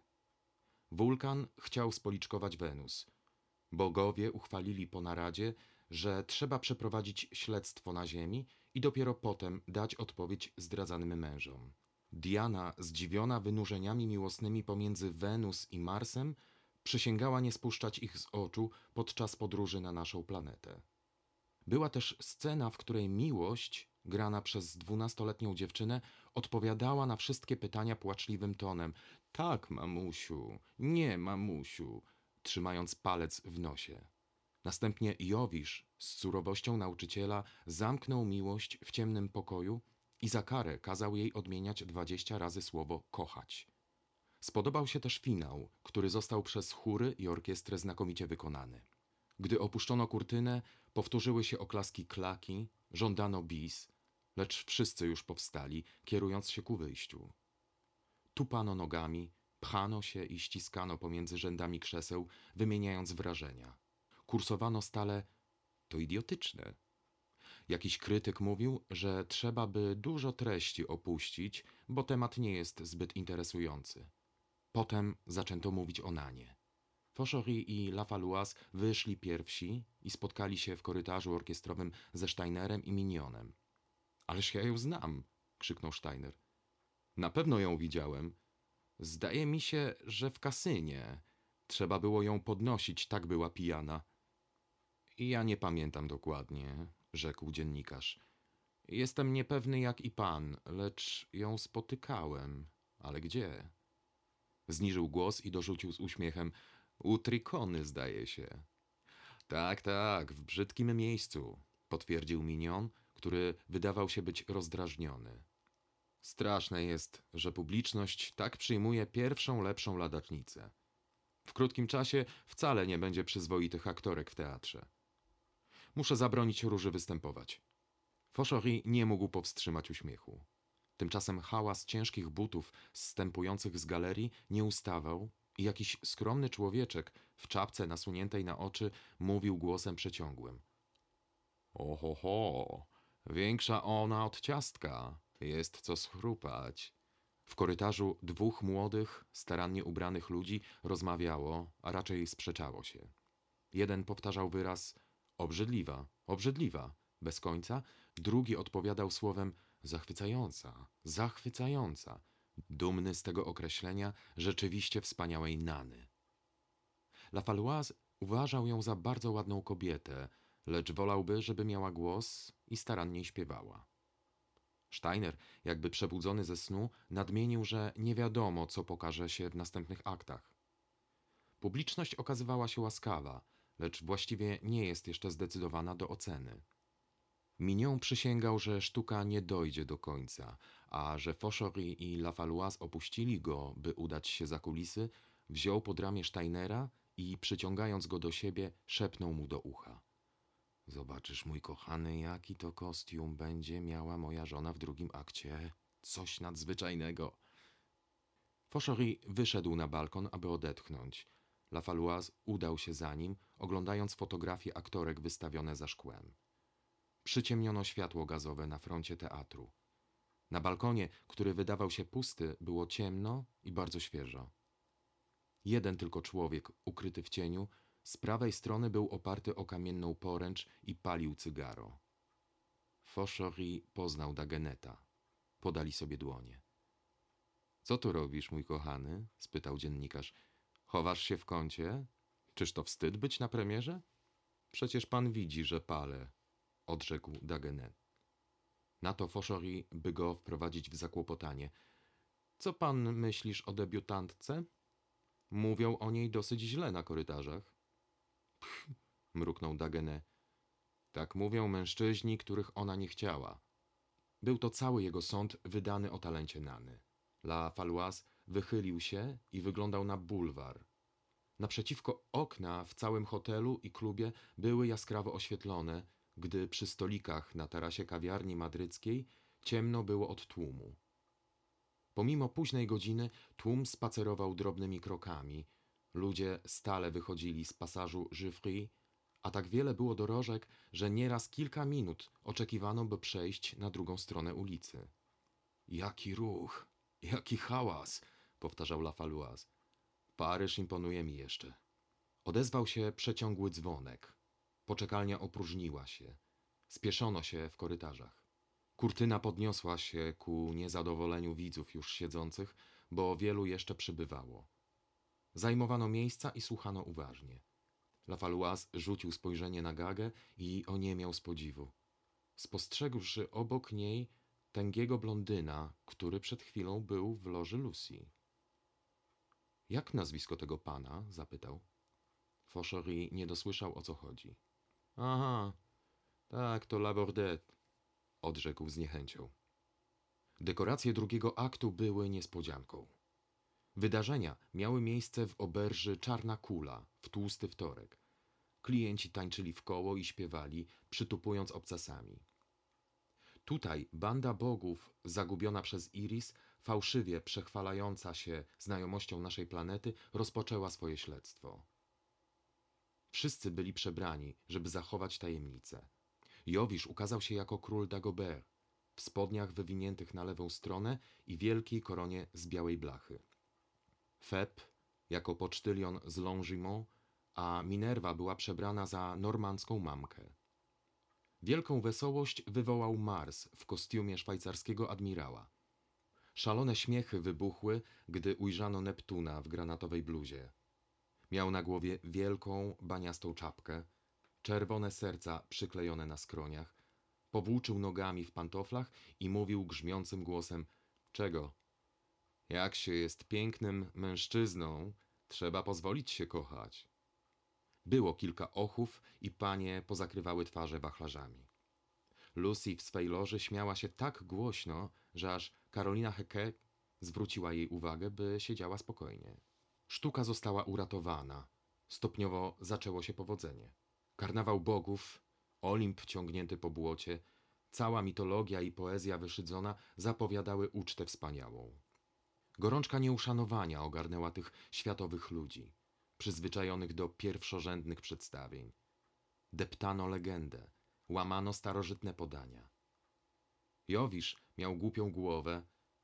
Wulkan chciał spoliczkować Wenus. Bogowie uchwalili po naradzie, że trzeba przeprowadzić śledztwo na ziemi i dopiero potem dać odpowiedź zdradzanym mężom. Diana, zdziwiona wynurzeniami miłosnymi pomiędzy Wenus i Marsem, przysięgała nie spuszczać ich z oczu podczas podróży na naszą planetę. Była też scena, w której miłość, grana przez 12-letnią dziewczynę, odpowiadała na wszystkie pytania płaczliwym tonem. Tak, mamusiu, nie, mamusiu, trzymając palec w nosie. Następnie Jowisz z surowością nauczyciela zamknął miłość w ciemnym pokoju i za karę kazał jej odmieniać 20 razy słowo kochać. Spodobał się też finał, który został przez chóry i orkiestrę znakomicie wykonany. Gdy opuszczono kurtynę, powtórzyły się oklaski klaki, żądano bis, lecz wszyscy już powstali, kierując się ku wyjściu. Tupano nogami, pchano się i ściskano pomiędzy rzędami krzeseł, wymieniając wrażenia. Kursowano stale: to idiotyczne. Jakiś krytyk mówił, że trzeba by dużo treści opuścić, bo temat nie jest zbyt interesujący. Potem zaczęto mówić o Nanie. Fauchery i Lafaloise wyszli pierwsi i spotkali się w korytarzu orkiestrowym ze Steinerem i Mignonem. Ależ ja ją znam, krzyknął Steiner. Na pewno ją widziałem. Zdaje mi się, że w kasynie. Trzeba było ją podnosić, tak była pijana. Ja nie pamiętam dokładnie, rzekł dziennikarz. Jestem niepewny jak i pan, lecz ją spotykałem. Ale gdzie? Zniżył głos i dorzucił z uśmiechem: u Trikony, zdaje się. Tak, tak, w brzydkim miejscu, potwierdził Mignon, który wydawał się być rozdrażniony. Straszne jest, że publiczność tak przyjmuje pierwszą lepszą ladacznicę. W krótkim czasie wcale nie będzie przyzwoitych aktorek w teatrze. Muszę zabronić Róży występować. Fauchery nie mógł powstrzymać uśmiechu. Tymczasem hałas ciężkich butów zstępujących z galerii nie ustawał i jakiś skromny człowieczek w czapce nasuniętej na oczy mówił głosem przeciągłym. Oho, większa ona od ciastka, jest co schrupać. W korytarzu dwóch młodych, starannie ubranych ludzi rozmawiało, a raczej sprzeczało się. Jeden powtarzał wyraz obrzydliwa, obrzydliwa, bez końca, drugi odpowiadał słowem zachwycająca, zachwycająca, dumny z tego określenia rzeczywiście wspaniałej Nany. Lafaloise uważał ją za bardzo ładną kobietę, lecz wolałby, żeby miała głos i starannie śpiewała. Steiner, jakby przebudzony ze snu, nadmienił, że nie wiadomo, co pokaże się w następnych aktach. Publiczność okazywała się łaskawa, lecz właściwie nie jest jeszcze zdecydowana do oceny. Mignon przysięgał, że sztuka nie dojdzie do końca, a że Fauchery i Lafaloise opuścili go, by udać się za kulisy, wziął pod ramię Steinera i przyciągając go do siebie, szepnął mu do ucha. Zobaczysz, mój kochany, jaki to kostium będzie miała moja żona w drugim akcie. Coś nadzwyczajnego. Fauchery wyszedł na balkon, aby odetchnąć. Lafaloise udał się za nim, oglądając fotografie aktorek wystawione za szkłem. Przyciemniono światło gazowe na froncie teatru. Na balkonie, który wydawał się pusty, było ciemno i bardzo świeżo. Jeden tylko człowiek, ukryty w cieniu, z prawej strony był oparty o kamienną poręcz i palił cygaro. Fauchery poznał Dageneta. Podali sobie dłonie. — Co tu robisz, mój kochany? — spytał dziennikarz. — Chowasz się w kącie? Czyż to wstyd być na premierze? — Przecież pan widzi, że palę — odrzekł Dagenet. Na to Fauchery, by go wprowadzić w zakłopotanie. — Co pan myślisz o debiutantce? Mówią o niej dosyć źle na korytarzach. — Pch! — mruknął Dagenet. — Tak mówią mężczyźni, których ona nie chciała. Był to cały jego sąd wydany o talencie Nany. Lafaloise wychylił się i wyglądał na bulwar. Naprzeciwko okna w całym hotelu i klubie były jaskrawo oświetlone, gdy przy stolikach na tarasie kawiarni madryckiej ciemno było od tłumu. Pomimo późnej godziny tłum spacerował drobnymi krokami. Ludzie stale wychodzili z pasażu Givry, a tak wiele było dorożek, że nieraz kilka minut oczekiwano, by przejść na drugą stronę ulicy. Jaki ruch, jaki hałas, powtarzał Lafaloise. Paryż imponuje mi jeszcze. Odezwał się przeciągły dzwonek. Poczekalnia opróżniła się. Spieszono się w korytarzach. Kurtyna podniosła się ku niezadowoleniu widzów już siedzących, bo wielu jeszcze przybywało. Zajmowano miejsca i słuchano uważnie. Lafaloise rzucił spojrzenie na Gagę i oniemiał z podziwu. Spostrzegłszy obok niej tęgiego blondyna, który przed chwilą był w loży Lucy. — Jak nazwisko tego pana? — zapytał. Fauchery nie dosłyszał, o co chodzi. — Aha, tak, to Labordette — odrzekł z niechęcią. Dekoracje drugiego aktu były niespodzianką. Wydarzenia miały miejsce w oberży Czarna Kula w tłusty wtorek. Klienci tańczyli w koło i śpiewali, przytupując obcasami. Tutaj banda bogów, zagubiona przez Iris, fałszywie przechwalająca się znajomością naszej planety, rozpoczęła swoje śledztwo. Wszyscy byli przebrani, żeby zachować tajemnicę. Jowisz ukazał się jako król Dagobert, w spodniach wywiniętych na lewą stronę i wielkiej koronie z białej blachy. Feb jako pocztylion z Longimont, a Minerva była przebrana za normandzką mamkę. Wielką wesołość wywołał Mars w kostiumie szwajcarskiego admirała. Szalone śmiechy wybuchły, gdy ujrzano Neptuna w granatowej bluzie. Miał na głowie wielką, baniastą czapkę, czerwone serca przyklejone na skroniach, powłóczył nogami w pantoflach i mówił grzmiącym głosem — czego? Jak się jest pięknym mężczyzną, trzeba pozwolić się kochać. Było kilka ochów i panie pozakrywały twarze wachlarzami. Lucy w swej loży śmiała się tak głośno, że aż Karolina Hecke zwróciła jej uwagę, by siedziała spokojnie. Sztuka została uratowana. Stopniowo zaczęło się powodzenie. Karnawał bogów, Olimp ciągnięty po błocie, cała mitologia i poezja wyszydzona zapowiadały ucztę wspaniałą. Gorączka nieuszanowania ogarnęła tych światowych ludzi, przyzwyczajonych do pierwszorzędnych przedstawień. Deptano legendę, łamano starożytne podania. Jowisz miał głupią głowę,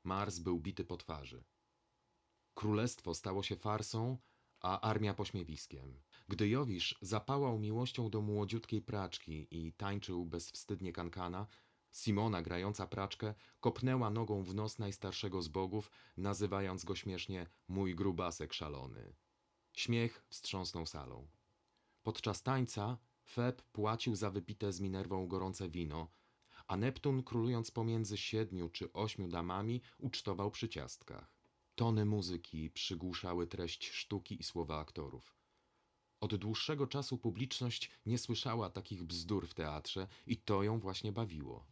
Mars był bity po twarzy. Królestwo stało się farsą, a armia pośmiewiskiem. Gdy Jowisz zapałał miłością do młodziutkiej praczki i tańczył bezwstydnie kankana, Simona, grająca praczkę, kopnęła nogą w nos najstarszego z bogów, nazywając go śmiesznie mój grubasek szalony. Śmiech wstrząsnął salą. Podczas tańca Feb płacił za wypite z Minerwą gorące wino, a Neptun, królując pomiędzy 7 czy 8 damami, ucztował przy ciastkach. Tony muzyki przygłuszały treść sztuki i słowa aktorów. Od dłuższego czasu publiczność nie słyszała takich bzdur w teatrze i to ją właśnie bawiło.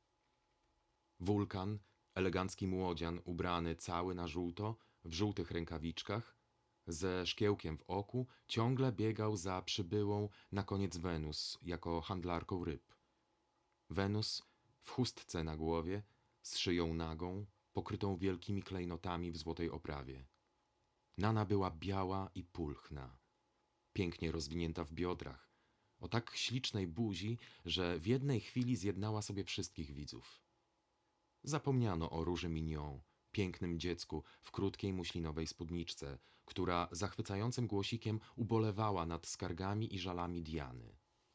Wulkan, elegancki młodzian ubrany cały na żółto, w żółtych rękawiczkach, ze szkiełkiem w oku, ciągle biegał za przybyłą na koniec Wenus jako handlarką ryb. Wenus w chustce na głowie, z szyją nagą, pokrytą wielkimi klejnotami w złotej oprawie. Nana była biała i pulchna, pięknie rozwinięta w biodrach, o tak ślicznej buzi, że w jednej chwili zjednała sobie wszystkich widzów. Zapomniano o Róży Mignon, pięknym dziecku w krótkiej muślinowej spódniczce, która zachwycającym głosikiem ubolewała nad skargami i żalami Diany.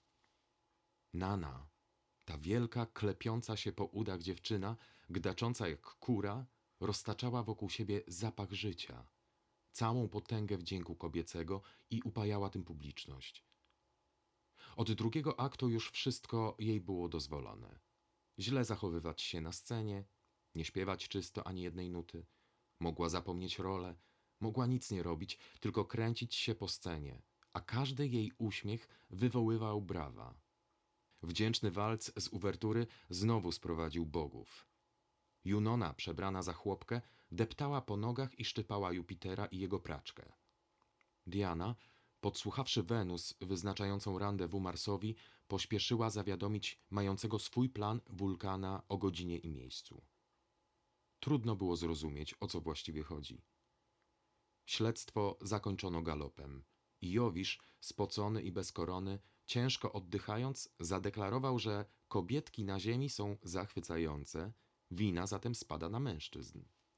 Nana, ta wielka, klepiąca się po udach dziewczyna, gdacząca jak kura, roztaczała wokół siebie zapach życia, całą potęgę wdzięku kobiecego i upajała tym publiczność. Od drugiego aktu już wszystko jej było dozwolone. Źle zachowywać się na scenie, nie śpiewać czysto ani jednej nuty. Mogła zapomnieć rolę, mogła nic nie robić, tylko kręcić się po scenie, a każdy jej uśmiech wywoływał brawa. Wdzięczny walc z uwertury znowu sprowadził bogów. Junona, przebrana za chłopkę, deptała po nogach i szczypała Jupitera i jego praczkę. Diana, podsłuchawszy Wenus wyznaczającą randewu Marsowi, pośpieszyła zawiadomić mającego swój plan Wulkana o godzinie i miejscu. Trudno było zrozumieć, o co właściwie chodzi. Śledztwo zakończono galopem i Jowisz, spocony i bez korony, ciężko oddychając, zadeklarował, że kobietki na ziemi są zachwycające, wina zatem spada na mężczyzn.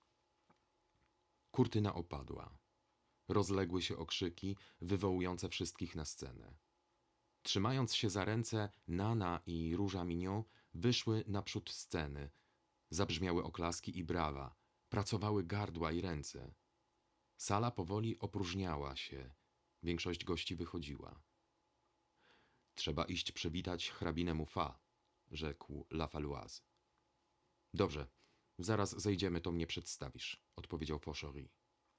Kurtyna opadła. Rozległy się okrzyki wywołujące wszystkich na scenę. Trzymając się za ręce, Nana i Róża Mignon wyszły naprzód sceny. Zabrzmiały oklaski i brawa, pracowały gardła i ręce. Sala powoli opróżniała się, większość gości wychodziła. Trzeba iść przywitać hrabinę Muffat, rzekł Lafaloise. Dobrze, zaraz zejdziemy, to mnie przedstawisz, odpowiedział Fauchery.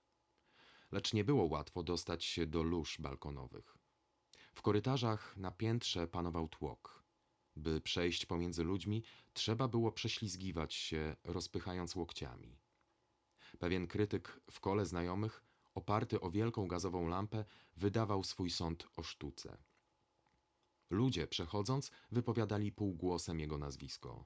Lecz nie było łatwo dostać się do lóż balkonowych. W korytarzach na piętrze panował tłok. By przejść pomiędzy ludźmi, trzeba było prześlizgiwać się, rozpychając łokciami. Pewien krytyk w kole znajomych, oparty o wielką gazową lampę, wydawał swój sąd o sztuce. Ludzie, przechodząc, wypowiadali półgłosem jego nazwisko.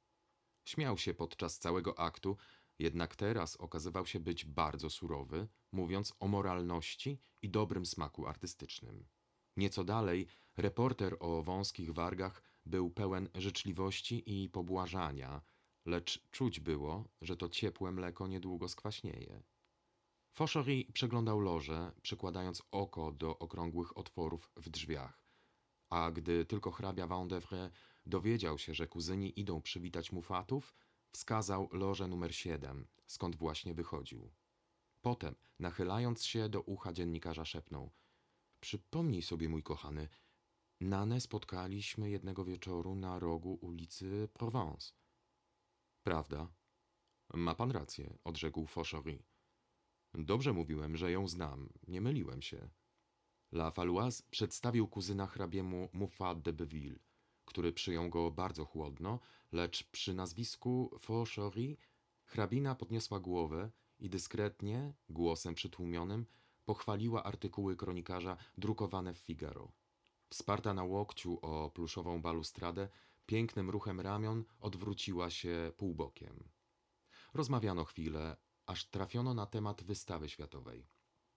Śmiał się podczas całego aktu, jednak teraz okazywał się być bardzo surowy, mówiąc o moralności i dobrym smaku artystycznym. Nieco dalej reporter o wąskich wargach był pełen życzliwości i pobłażania, lecz czuć było, że to ciepłe mleko niedługo skwaśnieje. Fauchery przeglądał lożę, przykładając oko do okrągłych otworów w drzwiach, a gdy tylko hrabia Vendevre dowiedział się, że kuzyni idą przywitać Muffatów, wskazał lożę numer 7, skąd właśnie wychodził. Potem, nachylając się do ucha dziennikarza, szepnął: przypomnij sobie, mój kochany, Nanę spotkaliśmy jednego wieczoru na rogu ulicy Provence. Prawda? Ma pan rację, odrzekł Fauchery. Dobrze mówiłem, że ją znam, nie myliłem się. Lafaloise przedstawił kuzyna hrabiemu Muffat de Belleville, który przyjął go bardzo chłodno, lecz przy nazwisku Fauchery hrabina podniosła głowę i dyskretnie, głosem przytłumionym, pochwaliła artykuły kronikarza drukowane w Figaro. Wsparta na łokciu o pluszową balustradę, pięknym ruchem ramion odwróciła się półbokiem. Rozmawiano chwilę, aż trafiono na temat wystawy światowej.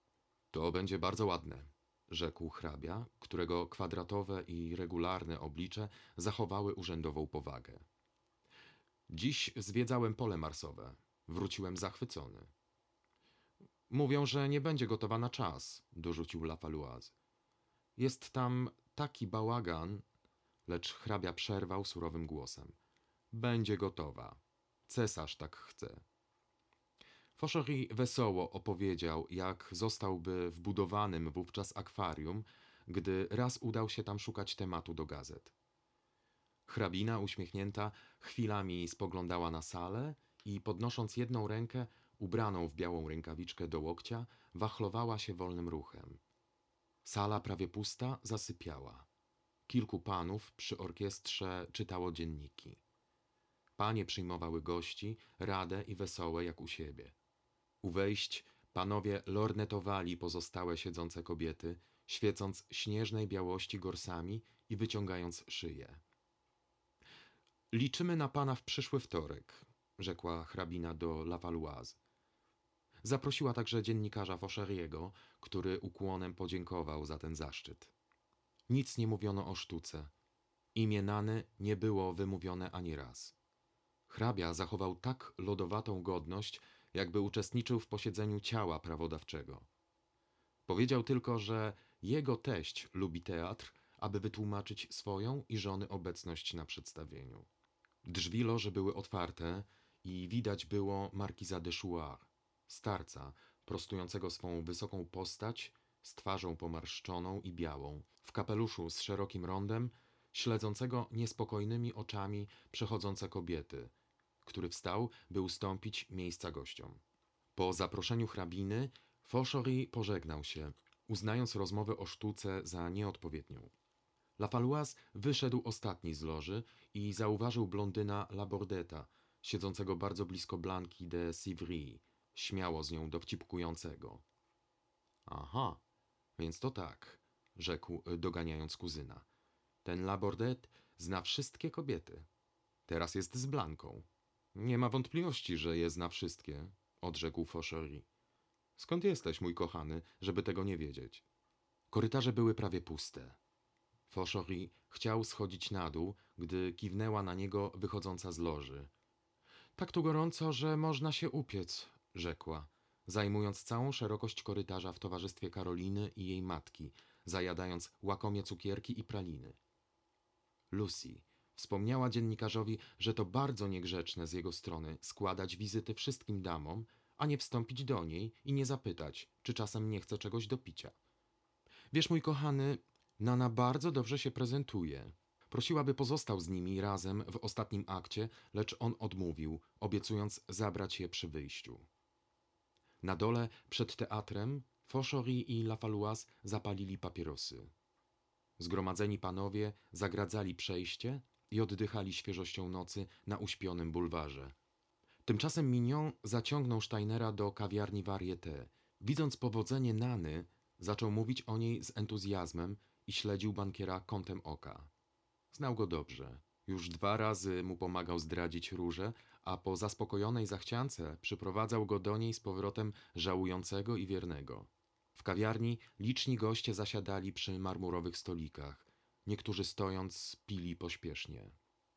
To będzie bardzo ładne, rzekł hrabia, którego kwadratowe i regularne oblicze zachowały urzędową powagę. Dziś zwiedzałem pole marsowe. Wróciłem zachwycony. Mówią, że nie będzie gotowa na czas, dorzucił Lavalloise. Jest tam taki bałagan, lecz hrabia przerwał surowym głosem. Będzie gotowa. Cesarz tak chce. Fauchery wesoło opowiedział, jak zostałby w budowanym wówczas akwarium, gdy raz udał się tam szukać tematu do gazet. Hrabina, uśmiechnięta, chwilami spoglądała na salę i podnosząc jedną rękę, ubraną w białą rękawiczkę do łokcia, wachlowała się wolnym ruchem. Sala prawie pusta zasypiała. Kilku panów przy orkiestrze czytało dzienniki. Panie przyjmowały gości, rade i wesołe jak u siebie. U wejść panowie lornetowali pozostałe siedzące kobiety, świecąc śnieżnej białości gorsami i wyciągając szyje. Liczymy na pana w przyszły wtorek, rzekła hrabina do Lavalloise. Zaprosiła także dziennikarza Fauchery'ego, który ukłonem podziękował za ten zaszczyt. Nic nie mówiono o sztuce. Imię Nany nie było wymówione ani raz. Hrabia zachował tak lodowatą godność, jakby uczestniczył w posiedzeniu ciała prawodawczego. Powiedział tylko, że jego teść lubi teatr, aby wytłumaczyć swoją i żony obecność na przedstawieniu. Drzwi loży były otwarte i widać było markiza de Chouart, starca, prostującego swą wysoką postać, z twarzą pomarszczoną i białą, w kapeluszu z szerokim rondem, śledzącego niespokojnymi oczami przechodzące kobiety, który wstał, by ustąpić miejsca gościom. Po zaproszeniu hrabiny Fauchery pożegnał się, uznając rozmowę o sztuce za nieodpowiednią. Lavalloise wyszedł ostatni z loży i zauważył blondyna Labordeta, siedzącego bardzo blisko Blanki de Civry, śmiało z nią dowcipkującego. Aha, więc to tak, rzekł, doganiając kuzyna. Ten Labordet zna wszystkie kobiety. Teraz jest z Blanką. Nie ma wątpliwości, że je zna wszystkie, odrzekł Fauchery. Skąd jesteś, mój kochany, żeby tego nie wiedzieć? Korytarze były prawie puste. Fauchery chciał schodzić na dół, gdy kiwnęła na niego wychodząca z loży. Tak tu gorąco, że można się upiec, rzekła, zajmując całą szerokość korytarza w towarzystwie Karoliny i jej matki, zajadając łakomie cukierki i praliny. Lucy wspomniała dziennikarzowi, że to bardzo niegrzeczne z jego strony składać wizyty wszystkim damom, a nie wstąpić do niej i nie zapytać, czy czasem nie chce czegoś do picia. Wiesz, mój kochany, Nana bardzo dobrze się prezentuje. Prosiła, by pozostał z nimi razem w ostatnim akcie, lecz on odmówił, obiecując zabrać je przy wyjściu. Na dole, przed teatrem, Fauchery i Lavalloise zapalili papierosy. Zgromadzeni panowie zagradzali przejście i oddychali świeżością nocy na uśpionym bulwarze. Tymczasem Mignon zaciągnął Steinera do kawiarni Varieté. Widząc powodzenie Nany, zaczął mówić o niej z entuzjazmem i śledził bankiera kątem oka. Znał go dobrze. Już 2 razy mu pomagał zdradzić różę, a po zaspokojonej zachciance przyprowadzał go do niej z powrotem żałującego i wiernego. W kawiarni liczni goście zasiadali przy marmurowych stolikach. Niektórzy stojąc pili pośpiesznie.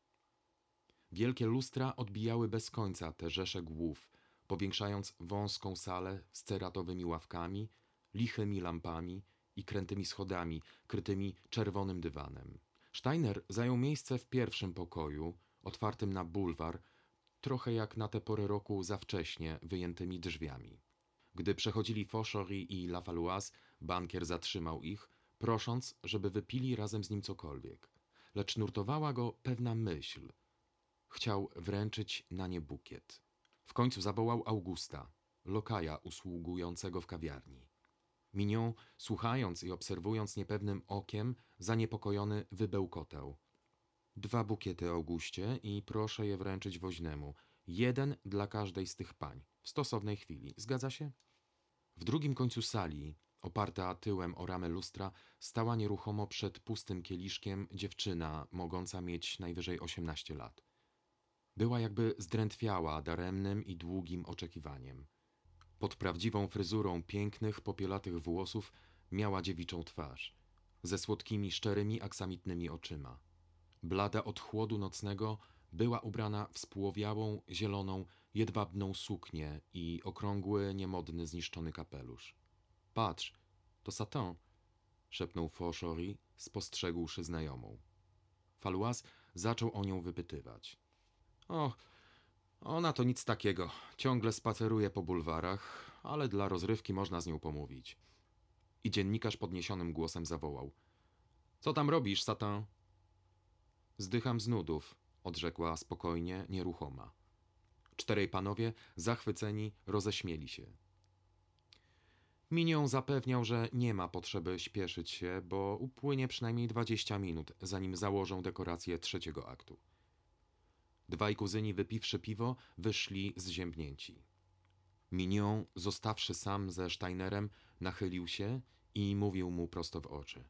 Wielkie lustra odbijały bez końca te rzesze głów, powiększając wąską salę z ceratowymi ławkami, lichymi lampami i krętymi schodami krytymi czerwonym dywanem. Steiner zajął miejsce w pierwszym pokoju, otwartym na bulwar, trochę jak na tę porę roku za wcześnie wyjętymi drzwiami. Gdy przechodzili Fauchery i Lavalloise, bankier zatrzymał ich, prosząc, żeby wypili razem z nim cokolwiek. Lecz nurtowała go pewna myśl. Chciał wręczyć na nie bukiet. W końcu zawołał Augusta, lokaja usługującego w kawiarni. Mignon, słuchając i obserwując niepewnym okiem, zaniepokojony wybełkotał. 2 bukiety, Augustie, i proszę je wręczyć woźnemu. 1 dla każdej z tych pań, w stosownej chwili. Zgadza się? W drugim końcu sali, oparta tyłem o ramę lustra, stała nieruchomo przed pustym kieliszkiem dziewczyna, mogąca mieć najwyżej 18 lat. Była jakby zdrętwiała daremnym i długim oczekiwaniem. Pod prawdziwą fryzurą pięknych, popielatych włosów miała dziewiczą twarz, ze słodkimi, szczerymi, aksamitnymi oczyma. Blada od chłodu nocnego, Była ubrana w spłowiałą, zieloną, jedwabną suknię i okrągły, niemodny, zniszczony kapelusz. Patrz, to Satan, szepnął Fauchery, spostrzegłszy znajomą. Faloise zaczął o nią wypytywać. O, ona to nic takiego. Ciągle spaceruje po bulwarach, ale dla rozrywki można z nią pomówić. I dziennikarz podniesionym głosem zawołał. Co tam robisz, Satan? Zdycham z nudów, odrzekła spokojnie, nieruchoma. Czterej panowie, zachwyceni, roześmieli się. Mignon zapewniał, że nie ma potrzeby śpieszyć się, bo upłynie przynajmniej 20 minut, zanim założą dekorację trzeciego aktu. Dwaj kuzyni, wypiwszy piwo, wyszli zziębnięci. Mignon, zostawszy sam ze Steinerem, nachylił się i mówił mu prosto w oczy.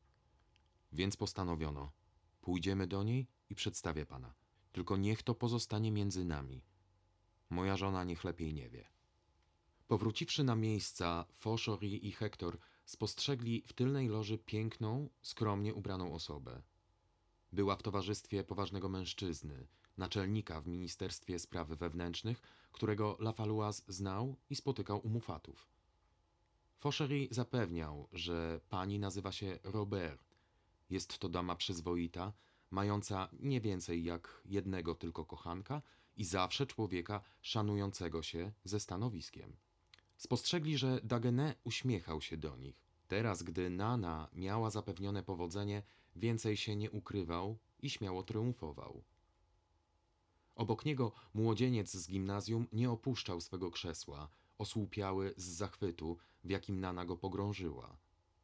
Więc postanowiono. Pójdziemy do niej i przedstawię pana. Tylko niech to pozostanie między nami. Moja żona niech lepiej nie wie. Powróciwszy na miejsca, Fauchery i Hector spostrzegli w tylnej loży piękną, skromnie ubraną osobę. Była w towarzystwie poważnego mężczyzny, naczelnika w Ministerstwie Spraw Wewnętrznych, którego Lafaloise znał i spotykał u mufatów. Fauchery zapewniał, że pani nazywa się Robert. Jest to dama przyzwoita, mająca nie więcej jak jednego tylko kochanka i zawsze człowieka szanującego się ze stanowiskiem. Spostrzegli, że Dagenet uśmiechał się do nich. Teraz, gdy Nana miała zapewnione powodzenie, więcej się nie ukrywał i śmiało triumfował. Obok niego młodzieniec z gimnazjum nie opuszczał swego krzesła, osłupiały z zachwytu, w jakim Nana go pogrążyła.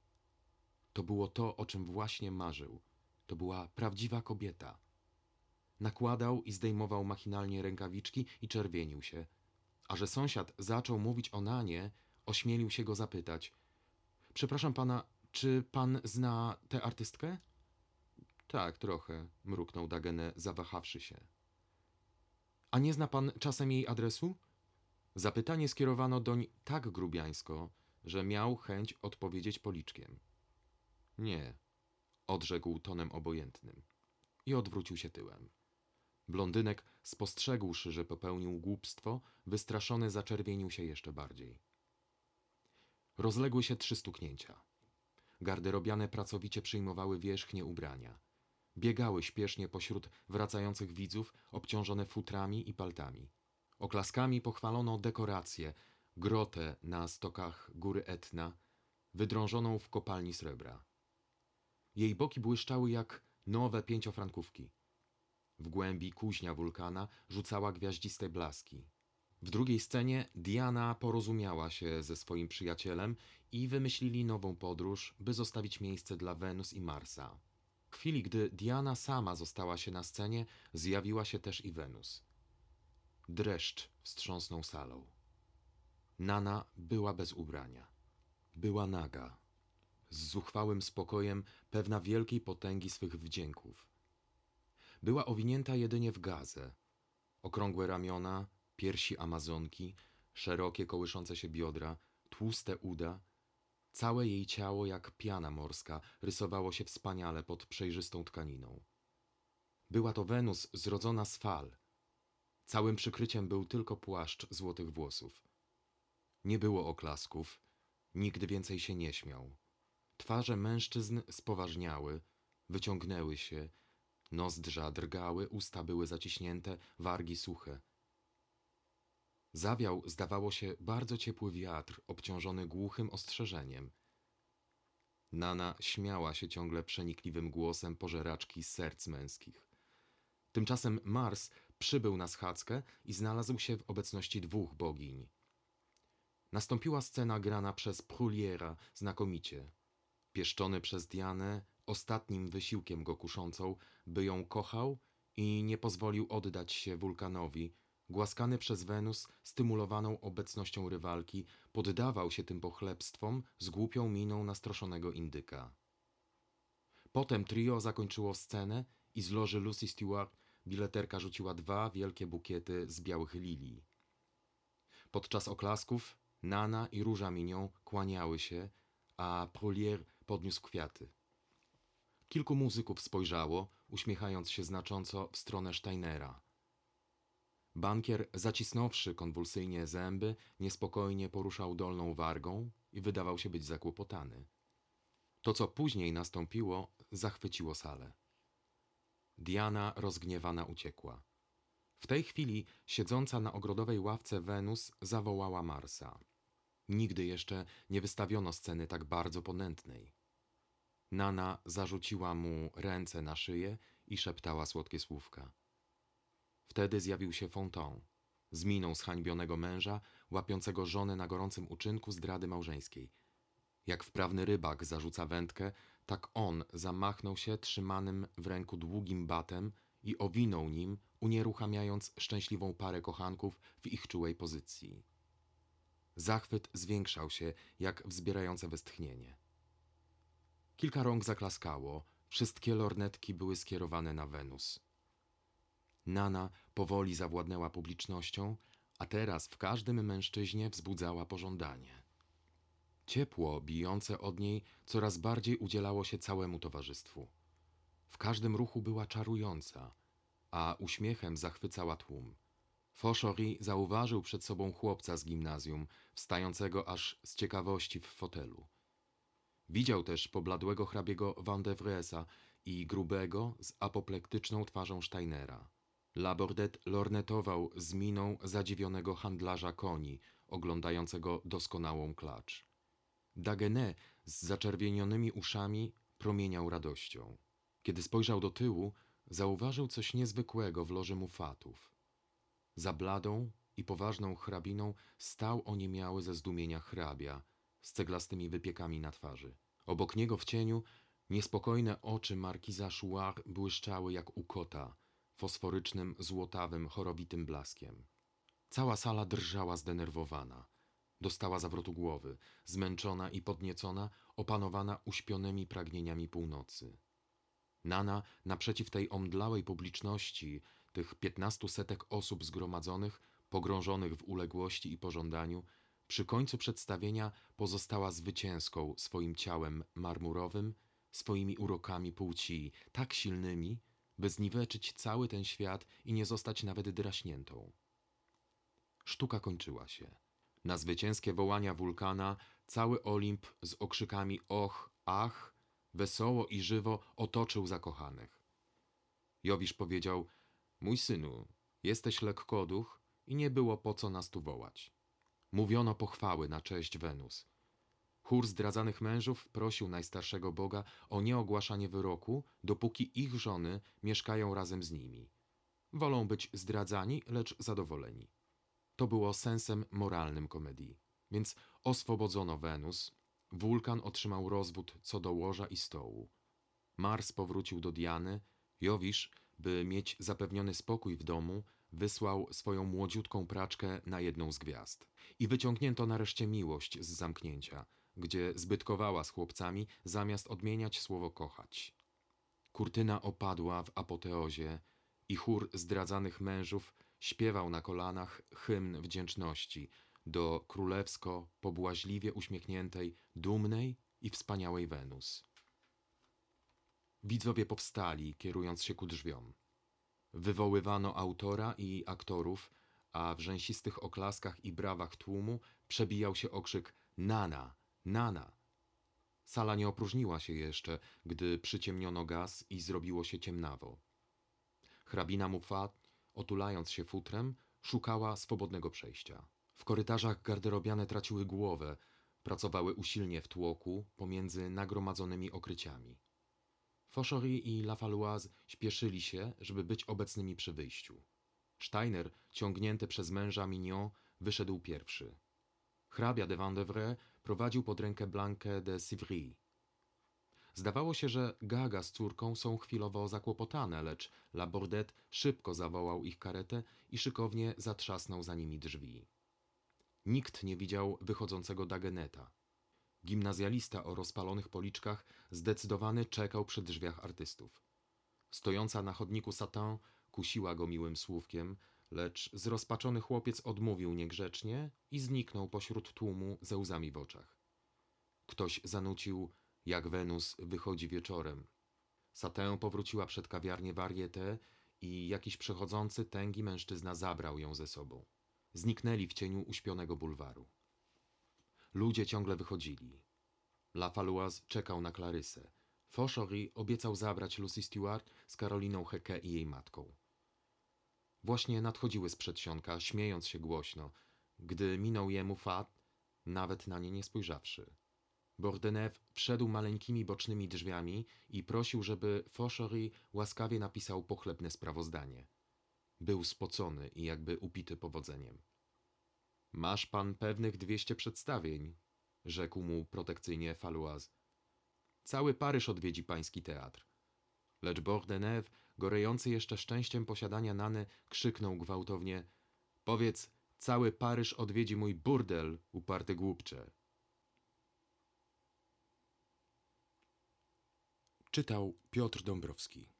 To było to, o czym właśnie marzył. To była prawdziwa kobieta. Nakładał i zdejmował machinalnie rękawiczki i czerwienił się. A że sąsiad zaczął mówić o Nanie, ośmielił się go zapytać. Przepraszam pana, czy pan zna tę artystkę? Tak, trochę, mruknął Dagenet, zawahawszy się. A nie zna pan czasem jej adresu? Zapytanie skierowano doń tak grubiańsko, że miał chęć odpowiedzieć policzkiem. Nie, odrzekł tonem obojętnym i odwrócił się tyłem. Blondynek, spostrzegłszy, że popełnił głupstwo, wystraszony zaczerwienił się jeszcze bardziej. Rozległy się 3 stuknięcia. Garderobiane pracowicie przyjmowały wierzchnie ubrania. Biegały śpiesznie pośród wracających widzów, obciążone futrami i paltami. Oklaskami pochwalono dekorację, grotę na stokach góry Etna, wydrążoną w kopalni srebra. Jej boki błyszczały jak nowe 5-frankówki. W głębi kuźnia wulkana rzucała gwiaździste blaski. W drugiej scenie Diana porozumiała się ze swoim przyjacielem i wymyślili nową podróż, by zostawić miejsce dla Wenus i Marsa. W chwili, gdy Diana sama została się na scenie, zjawiła się też i Wenus. Dreszcz wstrząsnął salą. Nana była bez ubrania. Była naga, z zuchwałym spokojem, pewna wielkiej potęgi swych wdzięków. Była owinięta jedynie w gazę. Okrągłe ramiona, piersi amazonki, szerokie kołyszące się biodra, tłuste uda. Całe jej ciało, jak piana morska, rysowało się wspaniale pod przejrzystą tkaniną. Była to Wenus zrodzona z fal. Całym przykryciem był tylko płaszcz złotych włosów. Nie było oklasków, nikt więcej się nie śmiał. Twarze mężczyzn spoważniały, wyciągnęły się, nozdrza drgały, usta były zaciśnięte, wargi suche. Zawiał, zdawało się, bardzo ciepły wiatr, obciążony głuchym ostrzeżeniem. Nana śmiała się ciągle przenikliwym głosem pożeraczki serc męskich. Tymczasem Mars przybył na schadzkę i znalazł się w obecności 2 bogiń. Nastąpiła scena grana przez Pruliera znakomicie. Pieszczony przez Dianę, ostatnim wysiłkiem go kuszącą, by ją kochał i nie pozwolił oddać się wulkanowi, głaskany przez Wenus, stymulowaną obecnością rywalki, poddawał się tym pochlebstwom z głupią miną nastroszonego indyka. Potem trio zakończyło scenę i z loży Lucy Stewart bileterka rzuciła 2 wielkie bukiety z białych lilii. Podczas oklasków Nana i Róża Mignon kłaniały się, a Prolier podniósł kwiaty. Kilku muzyków spojrzało, uśmiechając się znacząco w stronę Steinera. Bankier, zacisnąwszy konwulsyjnie zęby, niespokojnie poruszał dolną wargą i wydawał się być zakłopotany. To, co później nastąpiło, zachwyciło salę. Diana rozgniewana uciekła. W tej chwili siedząca na ogrodowej ławce Wenus zawołała Marsa. Nigdy jeszcze nie wystawiono sceny tak bardzo ponętnej. Nana zarzuciła mu ręce na szyję i szeptała słodkie słówka. Wtedy zjawił się Fontaine, z miną zhańbionego męża, łapiącego żonę na gorącym uczynku zdrady małżeńskiej. Jak wprawny rybak zarzuca wędkę, tak on zamachnął się trzymanym w ręku długim batem i owinął nim, unieruchamiając szczęśliwą parę kochanków w ich czułej pozycji. Zachwyt zwiększał się, jak wzbierające westchnienie. Kilka rąk zaklaskało, wszystkie lornetki były skierowane na Wenus. Nana powoli zawładnęła publicznością, a teraz w każdym mężczyźnie wzbudzała pożądanie. Ciepło bijące od niej coraz bardziej udzielało się całemu towarzystwu. W każdym ruchu była czarująca, a uśmiechem zachwycała tłum. Fauchery zauważył przed sobą chłopca z gimnazjum, wstającego aż z ciekawości w fotelu. Widział też pobladłego hrabiego Van de Vresa i grubego, z apoplektyczną twarzą Steinera. Labordet lornetował z miną zadziwionego handlarza koni, oglądającego doskonałą klacz. Dagenet z zaczerwienionymi uszami promieniał radością. Kiedy spojrzał do tyłu, zauważył coś niezwykłego w loży mufatów. Za bladą i poważną hrabiną stał oniemiały ze zdumienia hrabia, z ceglastymi wypiekami na twarzy. Obok niego w cieniu niespokojne oczy markiza Chouart błyszczały jak u kota, fosforycznym, złotawym, chorowitym blaskiem. Cała sala drżała zdenerwowana. Dostała zawrotu głowy, zmęczona i podniecona, opanowana uśpionymi pragnieniami północy. Nana, naprzeciw tej omdlałej publiczności, tych 1500 osób zgromadzonych, pogrążonych w uległości i pożądaniu, przy końcu przedstawienia pozostała zwycięską swoim ciałem marmurowym, swoimi urokami płci, tak silnymi, by zniweczyć cały ten świat i nie zostać nawet draśniętą. Sztuka kończyła się. Na zwycięskie wołania wulkana cały Olimp z okrzykami och, ach, wesoło i żywo otoczył zakochanych. Jowisz powiedział: mój synu, jesteś lekkoduch i nie było po co nas tu wołać. Mówiono pochwały na cześć Wenus. Chór zdradzanych mężów prosił najstarszego Boga o nieogłaszanie wyroku, dopóki ich żony mieszkają razem z nimi. Wolą być zdradzani, lecz zadowoleni. To było sensem moralnym komedii. Więc oswobodzono Wenus, wulkan otrzymał rozwód co do łoża i stołu. Mars powrócił do Diany, Jowisz, by mieć zapewniony spokój w domu, wysłał swoją młodziutką praczkę na jedną z gwiazd. I wyciągnięto nareszcie miłość z zamknięcia, gdzie zbytkowała z chłopcami, zamiast odmieniać słowo kochać. Kurtyna opadła w apoteozie i chór zdradzanych mężów śpiewał na kolanach hymn wdzięczności do królewsko, pobłażliwie uśmiechniętej, dumnej i wspaniałej Wenus. Widzowie powstali, kierując się ku drzwiom. Wywoływano autora i aktorów, a w rzęsistych oklaskach i brawach tłumu przebijał się okrzyk Nana, Nana. Sala nie opróżniła się jeszcze, gdy przyciemniono gaz i zrobiło się ciemnawo. Hrabina Muffat, otulając się futrem, szukała swobodnego przejścia. W korytarzach garderobiane traciły głowę, pracowały usilnie w tłoku pomiędzy nagromadzonymi okryciami. Fauchery i Lafaloise śpieszyli się, żeby być obecnymi przy wyjściu. Steiner, ciągnięty przez męża Mignon, wyszedł pierwszy. Hrabia de Vandevres prowadził pod rękę Blankę de Sivry. Zdawało się, że Gaga z córką są chwilowo zakłopotane, lecz Labordet szybko zawołał ich karetę i szykownie zatrzasnął za nimi drzwi. Nikt nie widział wychodzącego Dageneta. Gimnazjalista o rozpalonych policzkach zdecydowany czekał przy drzwiach artystów. Stojąca na chodniku Satin kusiła go miłym słówkiem, lecz zrozpaczony chłopiec odmówił niegrzecznie i zniknął pośród tłumu ze łzami w oczach. Ktoś zanucił, jak Wenus wychodzi wieczorem. Satin powróciła przed kawiarnię Varieté i jakiś przechodzący, tęgi mężczyzna zabrał ją ze sobą. Zniknęli w cieniu uśpionego bulwaru. Ludzie ciągle wychodzili. Lafaloise czekał na Clarysę. Fauchery obiecał zabrać Lucy Stuart z Karoliną Hecke i jej matką. Właśnie nadchodziły z przedsionka, śmiejąc się głośno, gdy minął je Muffat, nawet na nie nie spojrzawszy. Bordenave wszedł maleńkimi bocznymi drzwiami i prosił, żeby Fauchery łaskawie napisał pochlebne sprawozdanie. Był spocony i jakby upity powodzeniem. Masz pan pewnych 200 przedstawień, rzekł mu protekcyjnie Faloise. Cały Paryż odwiedzi pański teatr. Lecz Bordenave, gorejący jeszcze szczęściem posiadania Nany, krzyknął gwałtownie: powiedz, cały Paryż odwiedzi mój burdel, uparty głupcze. Czytał Piotr Dąbrowski.